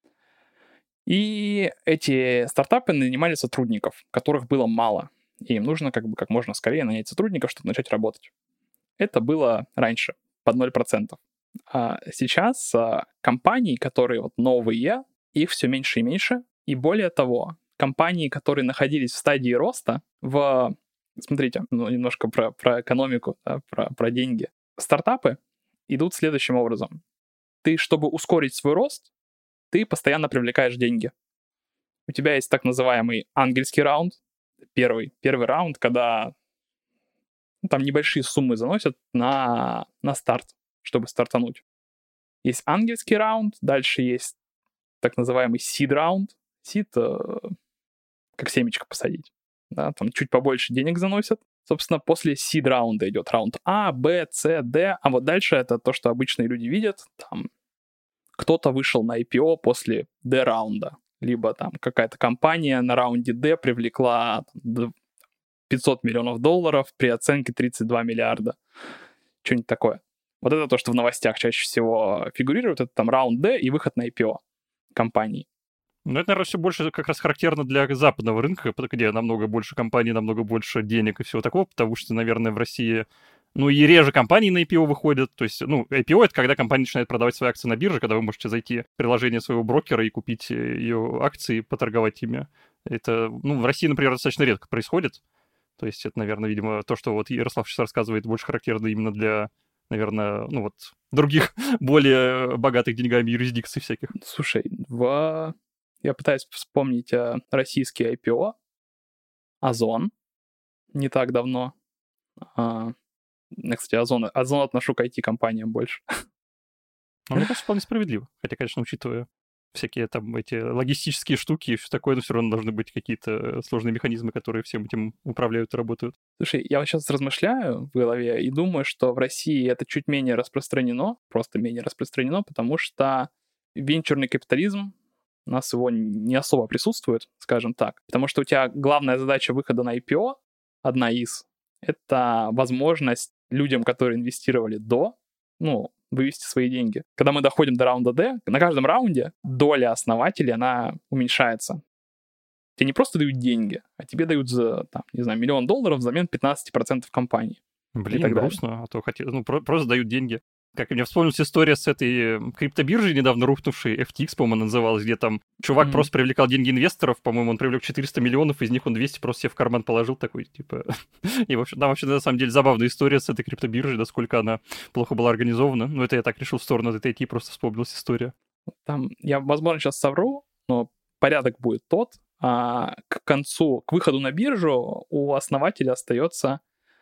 И эти стартапы нанимали сотрудников, которых было мало. И им нужно как можно скорее нанять сотрудников, чтобы начать работать. Это было раньше, под 0%. А сейчас компании, которые вот новые, их все меньше и меньше. И более того, компании, которые находились в стадии роста, смотрите, немножко про экономику, да, про деньги. Стартапы идут следующим образом. Ты, чтобы ускорить свой рост, ты постоянно привлекаешь деньги. У тебя есть так называемый ангельский раунд. Первый раунд, когда там небольшие суммы заносят на старт, чтобы стартануть. Есть ангельский раунд, дальше есть так называемый seed раунд. Seed как семечко посадить. Да, там чуть побольше денег заносят. Собственно, после seed раунда идет раунд А, Б, С, Д, а вот дальше это то, что обычные люди видят. Там кто-то вышел на IPO после D раунда, либо там какая-то компания на раунде D привлекла $500 миллионов при оценке 32 миллиарда. Что-нибудь такое. Вот это то, что в новостях чаще всего фигурирует, это там раунд D и выход на IPO компании. Ну, это, наверное, все больше как раз характерно для западного рынка, где намного больше компаний, намного больше денег и всего такого, потому что, наверное, в России, ну, и реже компании на IPO выходят. То есть, ну, IPO — это когда компания начинает продавать свои акции на бирже, когда вы можете зайти в приложение своего брокера и купить ее акции, поторговать ими. Это, ну, в России, например, достаточно редко происходит. То есть это, наверное, видимо, то, что вот Ярослав сейчас рассказывает, больше характерно именно для, наверное, ну, вот других более богатых деньгами юрисдикций всяких. Слушай, я пытаюсь вспомнить российский IPO. Озон. Не так давно. Кстати, Озон отношу к IT-компаниям больше. Мне кажется, вполне справедливо. Хотя, конечно, учитывая всякие там эти логистические штуки и все такое, но все равно должны быть какие-то сложные механизмы, которые всем этим управляют и работают. Слушай, я вот сейчас размышляю в голове и думаю, что в России это чуть менее распространено, просто менее распространено, потому что венчурный капитализм у нас его не особо присутствует, скажем так. Потому что у тебя главная задача выхода на IPO, одна из, это возможность людям, которые инвестировали вывести свои деньги. Когда мы доходим до раунда D, на каждом раунде доля основателей, она уменьшается. Тебе не просто дают деньги, а тебе дают за, там, не знаю, $1 миллион взамен 15% компании. Блин, грустно, а то хотел, просто дают деньги. Как мне вспомнилась история с этой криптобиржей, недавно рухнувшей, FTX, по-моему, называлась, где там чувак просто привлекал деньги инвесторов, по-моему, он привлек 400 миллионов, из них он 200 просто себе в карман положил такой, типа... И, в общем, там вообще, на самом деле, забавная история с этой криптобиржей, насколько она плохо была организована. Ну, это я так решил в сторону от этой IT, просто вспомнилась история. Там, я, возможно, сейчас совру, но порядок будет тот, к выходу на биржу у основателя остается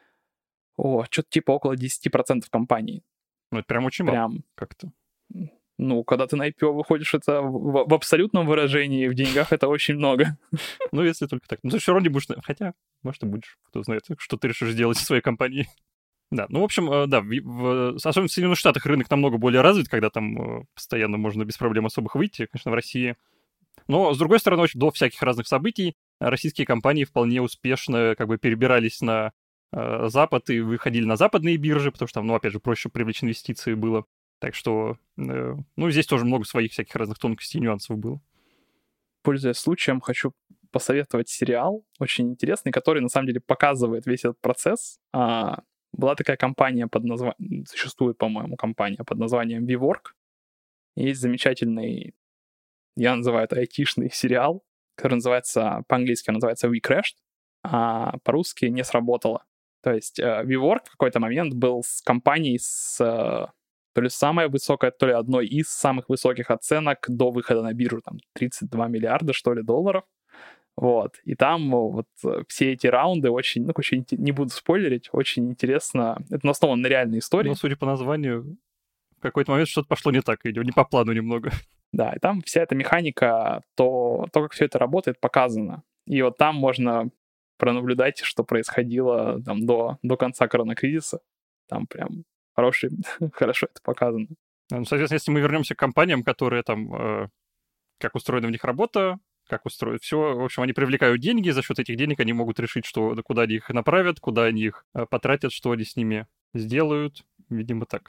что-то типа около 10% компании. Ну, это прям очень мало как-то. Ну, когда ты на IPO выходишь, это в абсолютном выражении, в деньгах это очень много. Ну, если только так. Ну, ты все равно не будешь... Хотя, может, и будешь, кто знает, что ты решишь сделать со своей компанией. Да, ну, в общем, да, особенно в Соединенных Штатах рынок намного более развит, когда там постоянно можно без проблем особых выйти, конечно, в России. Но, с другой стороны, до всяких разных событий российские компании вполне успешно как бы перебирались на Запад и выходили на западные биржи, потому что там, опять же, проще привлечь инвестиции было. Так что, здесь тоже много своих всяких разных тонкостей и нюансов было. Пользуясь случаем, хочу посоветовать сериал, очень интересный, который, на самом деле, показывает весь этот процесс. Была такая компания существует, по-моему, компания под названием WeWork. Есть замечательный, я называю это айтишный сериал, который называется, по-английски он называется We Crashed, а по-русски «Не сработало». То есть WeWork в какой-то момент был с компанией с то ли самая высокая, то ли одной из самых высоких оценок до выхода на биржу, там 32 миллиарда, что ли, долларов. Вот. И там вот все эти раунды очень, не буду спойлерить, очень интересно. Это основано на реальной истории. Ну, судя по названию, в какой-то момент что-то пошло не так, не по плану немного. Да, и там вся эта механика, то как все это работает, показано. И вот там можно пронаблюдать, что происходило там до конца коронакризиса. Там прям хорошо это показано. Ну, соответственно, если мы вернемся к компаниям, которые там, как устроена в них работа, как устроено все, в общем, они привлекают деньги, за счет этих денег они могут решить, куда они их направят, куда они их потратят, что они с ними сделают. Видимо, так.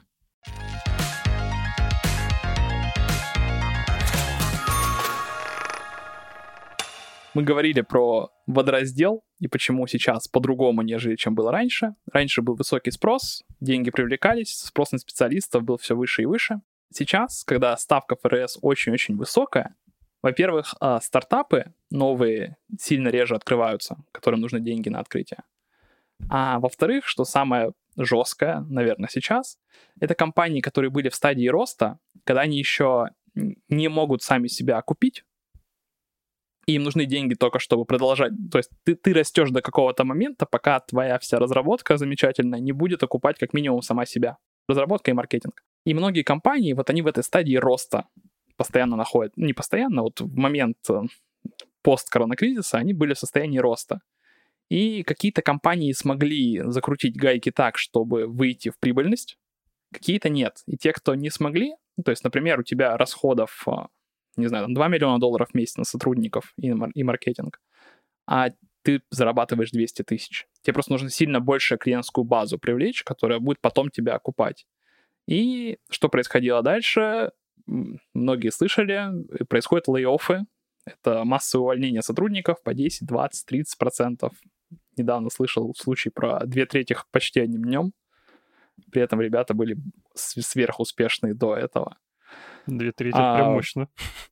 Мы говорили про водораздел и почему сейчас по-другому, нежели чем было раньше. Раньше был высокий спрос, деньги привлекались, спрос на специалистов был все выше и выше. Сейчас, когда ставка ФРС очень-очень высокая, во-первых, стартапы новые сильно реже открываются, которым нужны деньги на открытие. А во-вторых, что самое жесткое, наверное, сейчас, это компании, которые были в стадии роста, когда они еще не могут сами себя окупить, и им нужны деньги только, чтобы продолжать. То есть ты растешь до какого-то момента, пока твоя вся разработка замечательная не будет окупать как минимум сама себя. Разработка и маркетинг. И многие компании, вот они в этой стадии роста постоянно находят. Не постоянно, вот в момент пост-коронакризиса они были в состоянии роста. И какие-то компании смогли закрутить гайки так, чтобы выйти в прибыльность, какие-то нет. И те, кто не смогли, то есть, например, у тебя расходов, не знаю, там $2 миллиона в месяц на сотрудников и маркетинг, а ты зарабатываешь 200 тысяч. Тебе просто нужно сильно больше клиентскую базу привлечь, которая будет потом тебя окупать. И что происходило дальше? Многие слышали, происходят лей-оффы. Это массовое увольнение сотрудников по 10, 20, 30%. Недавно слышал случай про 2/3 почти одним днем. При этом ребята были сверхуспешные до этого. 2/3 прям мощно.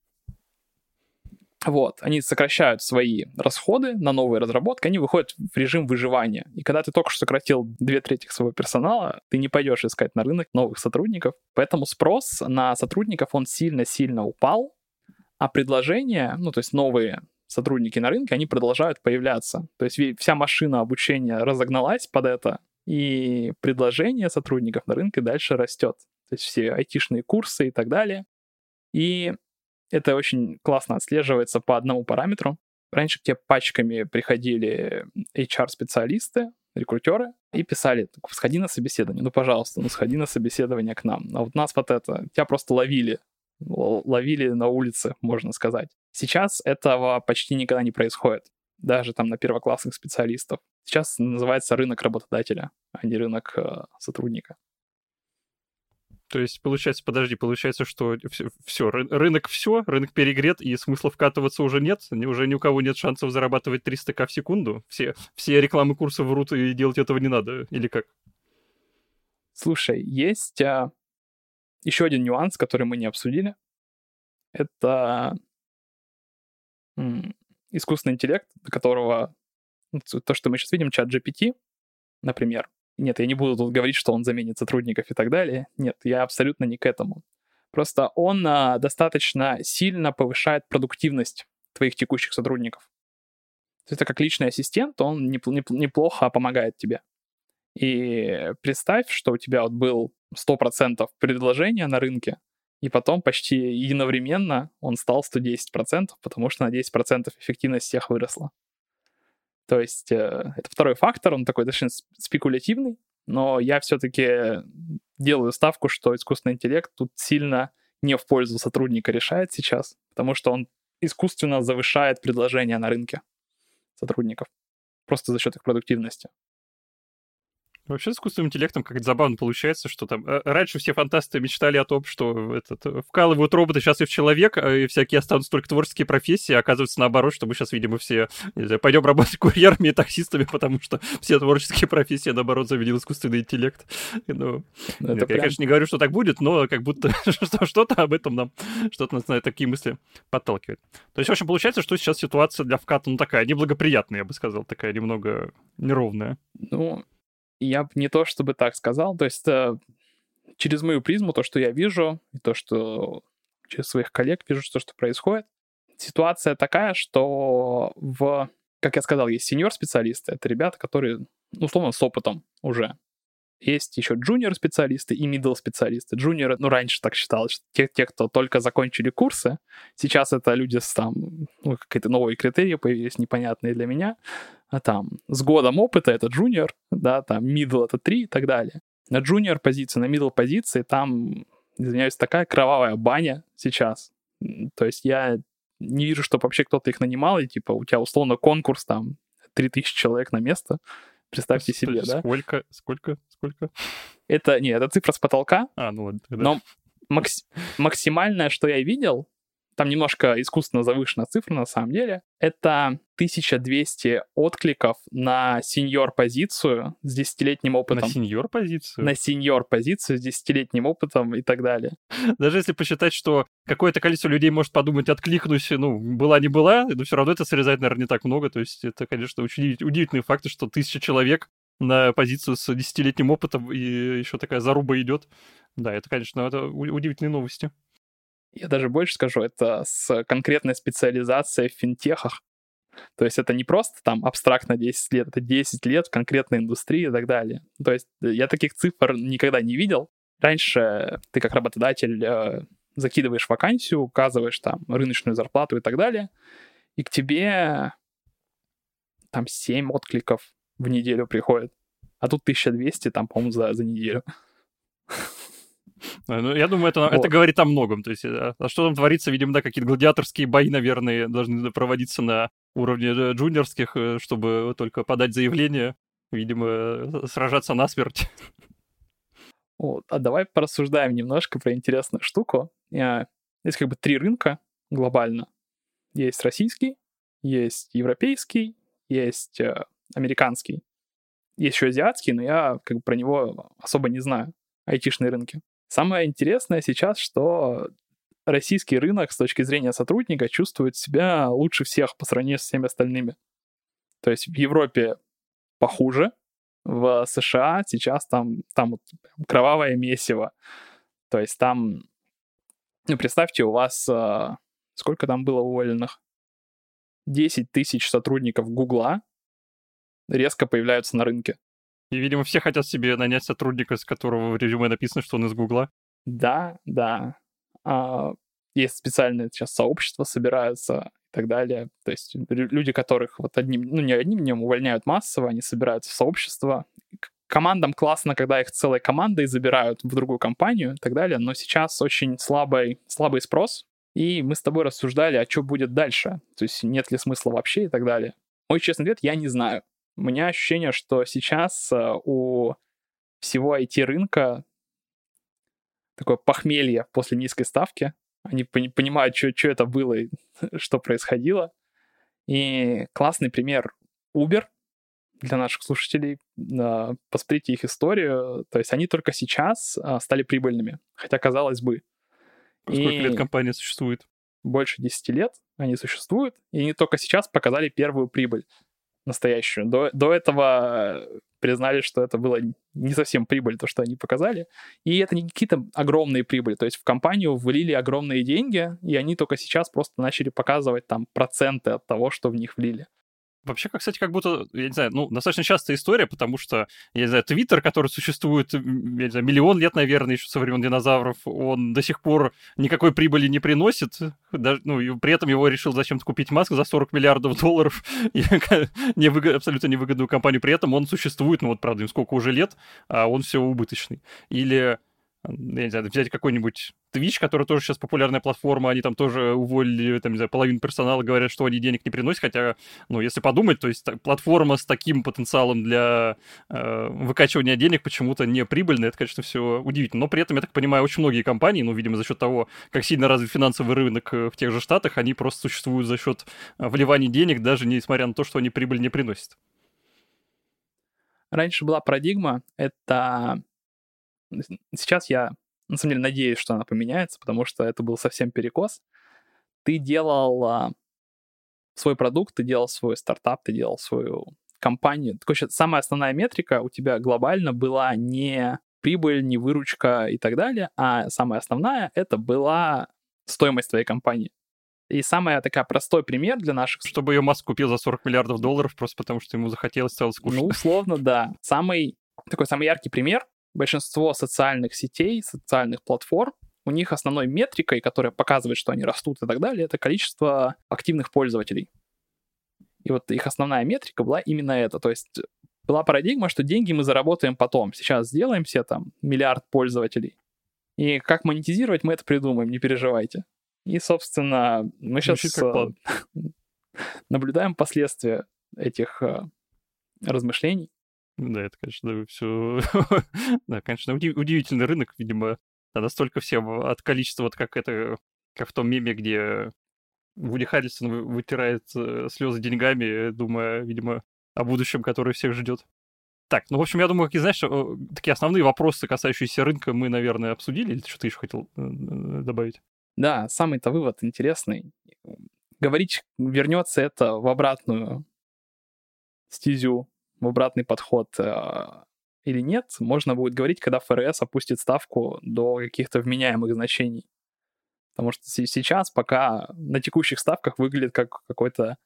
Вот, они сокращают свои расходы на новые разработки, они выходят в режим выживания. И когда ты только что сократил 2/3 своего персонала, ты не пойдешь искать на рынок новых сотрудников. Поэтому спрос на сотрудников, он сильно-сильно упал, а предложения, то есть новые сотрудники на рынке, они продолжают появляться. То есть вся машина обучения разогналась под это, и предложение сотрудников на рынке дальше растет. То есть все айтишные курсы и так далее. И это очень классно отслеживается по одному параметру. Раньше к тебе пачками приходили HR-специалисты, рекрутеры, и писали: сходи на собеседование, пожалуйста, сходи на собеседование к нам. А вот нас тебя просто ловили на улице, можно сказать. Сейчас этого почти никогда не происходит, даже там на первоклассных специалистов. Сейчас называется рынок работодателя, а не рынок сотрудника. То есть, получается, что все, рынок перегрет, и смысла вкатываться уже нет, уже ни у кого нет шансов зарабатывать 300к в секунду. Все рекламы курса врут, и делать этого не надо, или как? Слушай, есть еще один нюанс, который мы не обсудили. Это искусственный интеллект, до которого то, что мы сейчас видим, чат GPT, например. Нет, я не буду тут говорить, что он заменит сотрудников и так далее. Нет, я абсолютно не к этому. Просто он достаточно сильно повышает продуктивность твоих текущих сотрудников. То есть это как личный ассистент, он неплохо помогает тебе. И представь, что у тебя вот был 100% предложения на рынке, и потом почти единовременно он стал 110%, потому что на 10% эффективность всех выросла. То есть это второй фактор, он такой достаточно спекулятивный, но я все-таки делаю ставку, что искусственный интеллект тут сильно не в пользу сотрудника решает сейчас, потому что он искусственно завышает предложения на рынке сотрудников просто за счет их продуктивности. Вообще с искусственным интеллектом как-то забавно получается, что там раньше все фантасты мечтали о том, что вкалывают роботы сейчас и в человека, и всякие останутся только творческие профессии, а оказывается наоборот, что мы сейчас, видимо, все, не знаю, пойдем работать курьерами и таксистами, потому что все творческие профессии, наоборот, заменил искусственный интеллект. Я, конечно, не говорю, что так будет, но как будто что-то об этом нам, что-то нас на такие мысли подталкивает. То есть, в общем, получается, что сейчас ситуация для вката, такая неблагоприятная, я бы сказал, такая немного неровная. Я бы не то чтобы так сказал, то есть через мою призму, то, что я вижу, и то, что через своих коллег вижу, что происходит, ситуация такая, что как я сказал, есть сеньор-специалисты, это ребята, которые, условно, с опытом уже. Есть еще джуниор-специалисты и middle-специалисты. Джуниоры, раньше так считалось, что те, кто только закончили курсы, сейчас это люди с какие-то новые критерии появились, непонятные для меня, а там с годом опыта это джуниор, да, там middle это 3 и так далее. На джуниор позиции, на middle позиции там, извиняюсь, такая кровавая баня сейчас. То есть я не вижу, чтобы вообще кто-то их нанимал, и типа у тебя условно конкурс там 3000 человек на место. Представьте себе, да? Сколько? Это цифра с потолка. Ладно. Но максимальное, что я видел, там немножко искусственно завышенная цифра на самом деле, это 1200 откликов на сеньор-позицию с 10-летним опытом. На сеньор-позицию? На сеньор-позицию с 10-летним опытом и так далее. Даже если посчитать, что какое-то количество людей может подумать, откликнусь, была не была, но все равно это срезать, наверное, не так много. То есть это, конечно, очень удивительные факты, что 1000 человек на позицию с 10-летним опытом, и еще такая заруба идет. Да, это, конечно, это удивительные новости. Я даже больше скажу, это с конкретной специализацией в финтехах. То есть это не просто там абстрактно 10 лет, это 10 лет в конкретной индустрии и так далее. То есть я таких цифр никогда не видел. Раньше ты как работодатель закидываешь вакансию, указываешь там рыночную зарплату и так далее, и к тебе там 7 откликов в неделю приходит. А тут 1200 там, по-моему, за неделю. Ну, я думаю, это говорит о многом. То есть, а что там творится, видимо, да, какие-то гладиаторские бои, наверное, должны проводиться на уровне джуниорских, чтобы только подать заявление, видимо, сражаться насмерть. Вот. А давай порассуждаем немножко про интересную штуку. Есть как бы 3 рынка глобально. Есть российский, есть европейский, есть американский. Есть еще азиатский, но я как бы про него особо не знаю. Айтишные рынки. Самое интересное сейчас, что российский рынок с точки зрения сотрудника чувствует себя лучше всех по сравнению с всеми остальными. То есть в Европе похуже, в США сейчас там вот кровавое месиво. То есть там, ну, представьте, у вас сколько там было уволенных? 10 тысяч сотрудников Гугла резко появляются на рынке. И, видимо, все хотят себе нанять сотрудника, с которого в резюме написано, что он из Гугла. Да. Есть специальные сейчас сообщества, собираются и так далее. То есть люди, которых вот не одним днем увольняют массово, они собираются в сообщество. Командам классно, когда их целой командой забирают в другую компанию и так далее, но сейчас очень слабый спрос, и мы с тобой рассуждали, а что будет дальше, то есть нет ли смысла вообще и так далее. Мой честный ответ — я не знаю. У меня ощущение, что сейчас у всего IT-рынка такое похмелье после низкой ставки. Они понимают, что это было и что происходило. И классный пример Uber для наших слушателей. Посмотрите их историю. То есть они только сейчас стали прибыльными, хотя казалось бы. Сколько лет компания существует? Больше 10 лет они существуют, и они только сейчас показали первую прибыль настоящую. До этого признали, что это было не совсем прибыль, то, что они показали. И это не какие-то огромные прибыли. То есть в компанию влили огромные деньги, и они только сейчас просто начали показывать там проценты от того, что в них влили. Вообще, кстати, как будто, я не знаю, достаточно частая история, потому что, я не знаю, Твиттер, который существует, я не знаю, миллион лет, наверное, еще со времен динозавров, он до сих пор никакой прибыли не приносит, даже, и при этом его решил зачем-то купить Маск за $40 миллиардов, абсолютно невыгодную компанию, при этом он существует, правда, им сколько уже лет, а он все убыточный. Или, я не знаю, взять какой-нибудь Twitch, который тоже сейчас популярная платформа, они там тоже уволили, там, не знаю, половину персонала, говорят, что они денег не приносят, хотя, если подумать, то есть платформа с таким потенциалом для выкачивания денег почему-то не прибыльная, это, конечно, все удивительно. Но при этом, я так понимаю, очень многие компании, видимо, за счет того, как сильно развит финансовый рынок в тех же Штатах, они просто существуют за счет вливания денег, даже несмотря на то, что они прибыль не приносят. Раньше была парадигма, это... Сейчас я, на самом деле, надеюсь, что она поменяется, потому что это был совсем перекос. Ты делал свой продукт, ты делал свой стартап, ты делал свою компанию. Самая основная метрика у тебя глобально была не прибыль, не выручка и так далее, а самая основная — это была стоимость твоей компании. И самый такой простой пример для наших... Чтобы ее Маск купил за $40 миллиардов, просто потому что ему захотелось, стало скучно. Условно, да. Самый яркий пример. Большинство социальных сетей, социальных платформ, у них основной метрикой, которая показывает, что они растут и так далее, это количество активных пользователей. И вот их основная метрика была именно это. То есть была парадигма, что деньги мы заработаем потом. Сейчас сделаем все там 1 миллиард пользователей. И как монетизировать, мы это придумаем, не переживайте. И, собственно, мы сейчас наблюдаем последствия этих размышлений. Да, это, конечно, все... Да, конечно, удивительный рынок, видимо. Настолько все от количества, как в том меме, где Вуди Харрельсон вытирает слезы деньгами, думая, видимо, о будущем, которое всех ждет. Так, в общем, я думаю, знаешь, такие основные вопросы, касающиеся рынка, мы, наверное, обсудили. Или что ты еще хотел добавить? Да, самый-то вывод интересный. Говорить, вернется это в обратную стезю, в обратный подход или нет, можно будет говорить, когда ФРС опустит ставку до каких-то вменяемых значений. Потому что сейчас пока на текущих ставках выглядит как какой-то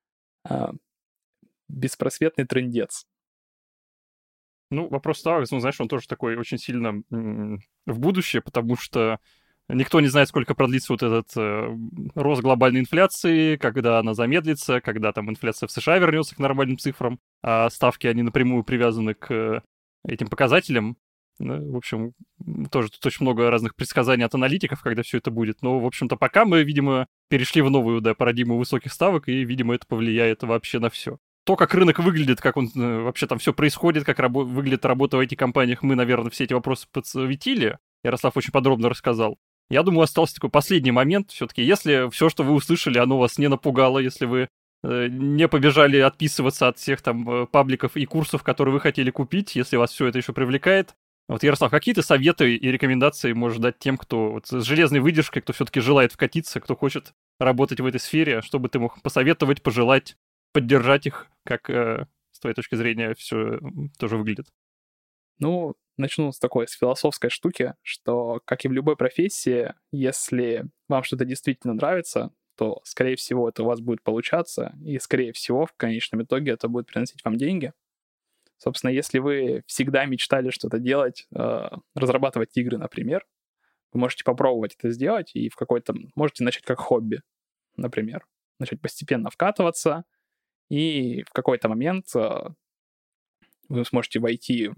беспросветный трындец. Ну, вопрос ставок, ну, знаешь, он тоже такой очень сильно в будущее, потому что никто не знает, сколько продлится вот этот рост глобальной инфляции, когда она замедлится, когда там инфляция в США вернется к нормальным цифрам, а ставки, они напрямую привязаны к этим показателям. Ну, в общем, тоже тут очень много разных предсказаний от аналитиков, когда все это будет. Но, в общем-то, пока мы, видимо, перешли в новую, да, парадигму высоких ставок, и, видимо, это повлияет вообще на все. То, как рынок выглядит, как он вообще там все происходит, как выглядит работа в IT-компаниях, мы, наверное, все эти вопросы подсветили. Ярослав очень подробно рассказал. Я думаю, остался такой последний момент. Все-таки, если все, что вы услышали, оно вас не напугало, если вы не побежали отписываться от всех там пабликов и курсов, которые вы хотели купить, если вас все это еще привлекает. Вот, Ярослав, какие-то советы и рекомендации можешь дать тем, кто вот с железной выдержкой, кто все-таки желает вкатиться, кто хочет работать в этой сфере, чтобы ты мог посоветовать, пожелать, поддержать их, как с твоей точки зрения все тоже выглядит? Ну, начну с философской штуки, что, как и в любой профессии, если вам что-то действительно нравится, то, скорее всего, это у вас будет получаться, и, скорее всего, в конечном итоге это будет приносить вам деньги. Собственно, если вы всегда мечтали что-то делать, разрабатывать игры, например, вы можете попробовать это сделать и можете начать как хобби, например. Начать постепенно вкатываться, и в какой-то момент вы сможете войти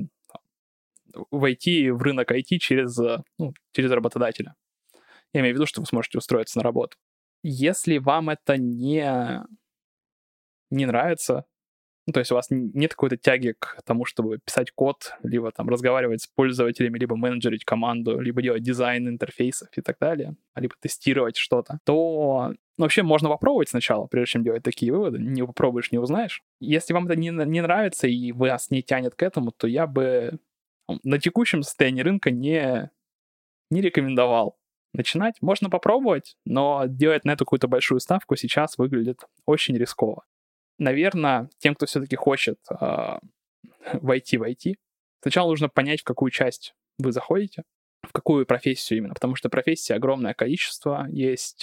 в рынок IT через работодателя. Я имею в виду, что вы сможете устроиться на работу. Если вам это не нравится, то есть у вас нет какой-то тяги к тому, чтобы писать код, либо там разговаривать с пользователями, либо менеджерить команду, либо делать дизайн интерфейсов и так далее, либо тестировать что-то, то вообще можно попробовать сначала, прежде чем делать такие выводы. Не попробуешь, не узнаешь. Если вам это не нравится и вас не тянет к этому, то я бы на текущем состоянии рынка не рекомендовал начинать. Можно попробовать, но делать на эту какую-то большую ставку сейчас выглядит очень рисково. Наверное, тем, кто все-таки хочет войти в IT, сначала нужно понять, в какую часть вы заходите, в какую профессию именно, потому что профессий огромное количество, есть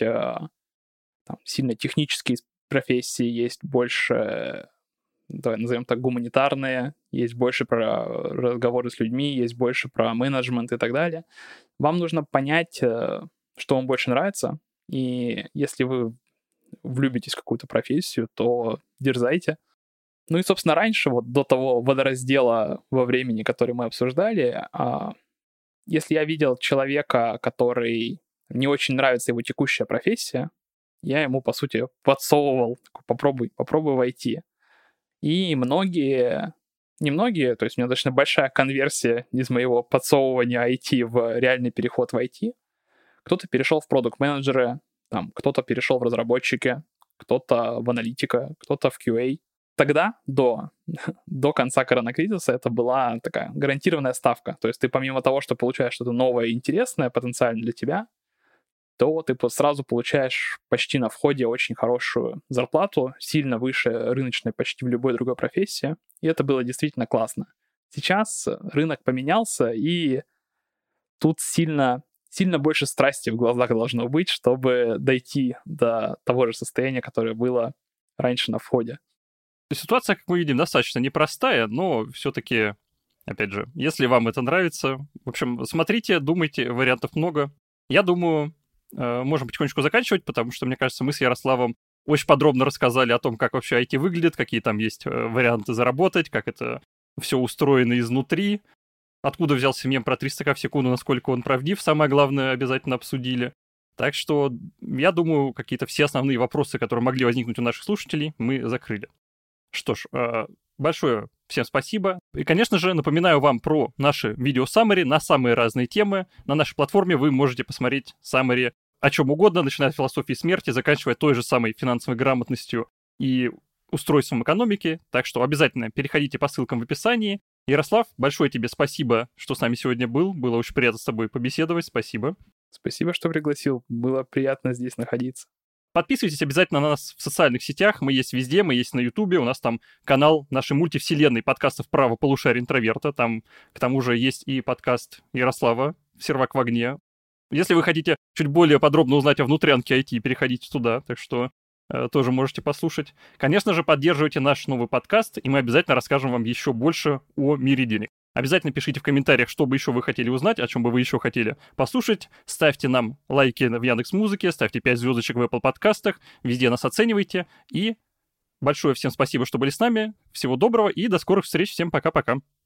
сильно технические профессии, есть больше, давай назовем так, гуманитарные, есть больше про разговоры с людьми, есть больше про менеджмент и так далее. Вам нужно понять, что вам больше нравится, и если вы влюбитесь в какую-то профессию, то дерзайте. Ну и, собственно, раньше, вот до того водораздела во времени, который мы обсуждали, если я видел человека, который не очень нравится его текущая профессия, я ему, по сути, подсовывал, попробуй войти. И немногие, то есть у меня достаточно большая конверсия из моего подсовывания IT в реальный переход в IT. Кто-то перешел в продукт-менеджеры, кто-то перешел в разработчики, кто-то в аналитика, кто-то в QA. Тогда, до конца коронакризиса, это была такая гарантированная ставка. То есть ты помимо того, что получаешь что-то новое и интересное потенциально для тебя, то ты сразу получаешь почти на входе очень хорошую зарплату, сильно выше рыночной почти в любой другой профессии. И это было действительно классно. Сейчас рынок поменялся, и тут сильно больше страсти в глазах должно быть, чтобы дойти до того же состояния, которое было раньше на входе. Ситуация, как мы видим, достаточно непростая, но все-таки, опять же, если вам это нравится, в общем, смотрите, думайте, вариантов много. Я думаю, можем потихонечку заканчивать, потому что, мне кажется, мы с Ярославом очень подробно рассказали о том, как вообще IT выглядит, какие там есть варианты заработать, как это все устроено изнутри, откуда взялся мем про 300к в секунду, насколько он правдив, самое главное, обязательно обсудили. Так что, я думаю, какие-то все основные вопросы, которые могли возникнуть у наших слушателей, мы закрыли. Что ж, большое всем спасибо. И, конечно же, напоминаю вам про наши видео-саммари на самые разные темы. На нашей платформе вы можете посмотреть саммари о чем угодно, начиная от философии смерти, заканчивая той же самой финансовой грамотностью и устройством экономики. Так что обязательно переходите по ссылкам в описании. Ярослав, большое тебе спасибо, что с нами сегодня был. Было очень приятно с тобой побеседовать. Спасибо. Спасибо, что пригласил. Было приятно здесь находиться. Подписывайтесь обязательно на нас в социальных сетях. Мы есть везде, мы есть на Ютубе. У нас там канал нашей мультивселенной подкастов «Право полушария интроверта». Там, к тому же, есть и подкаст Ярослава «Сервак в огне». Если вы хотите чуть более подробно узнать о внутрянке IT, переходите туда, так что тоже можете послушать. Конечно же, поддерживайте наш новый подкаст, и мы обязательно расскажем вам еще больше о мире денег. Обязательно пишите в комментариях, что бы еще вы хотели узнать, о чем бы вы еще хотели послушать. Ставьте нам лайки в Яндекс.Музыке, ставьте 5 звездочек в Apple подкастах, везде нас оценивайте. И большое всем спасибо, что были с нами. Всего доброго и до скорых встреч. Всем пока-пока.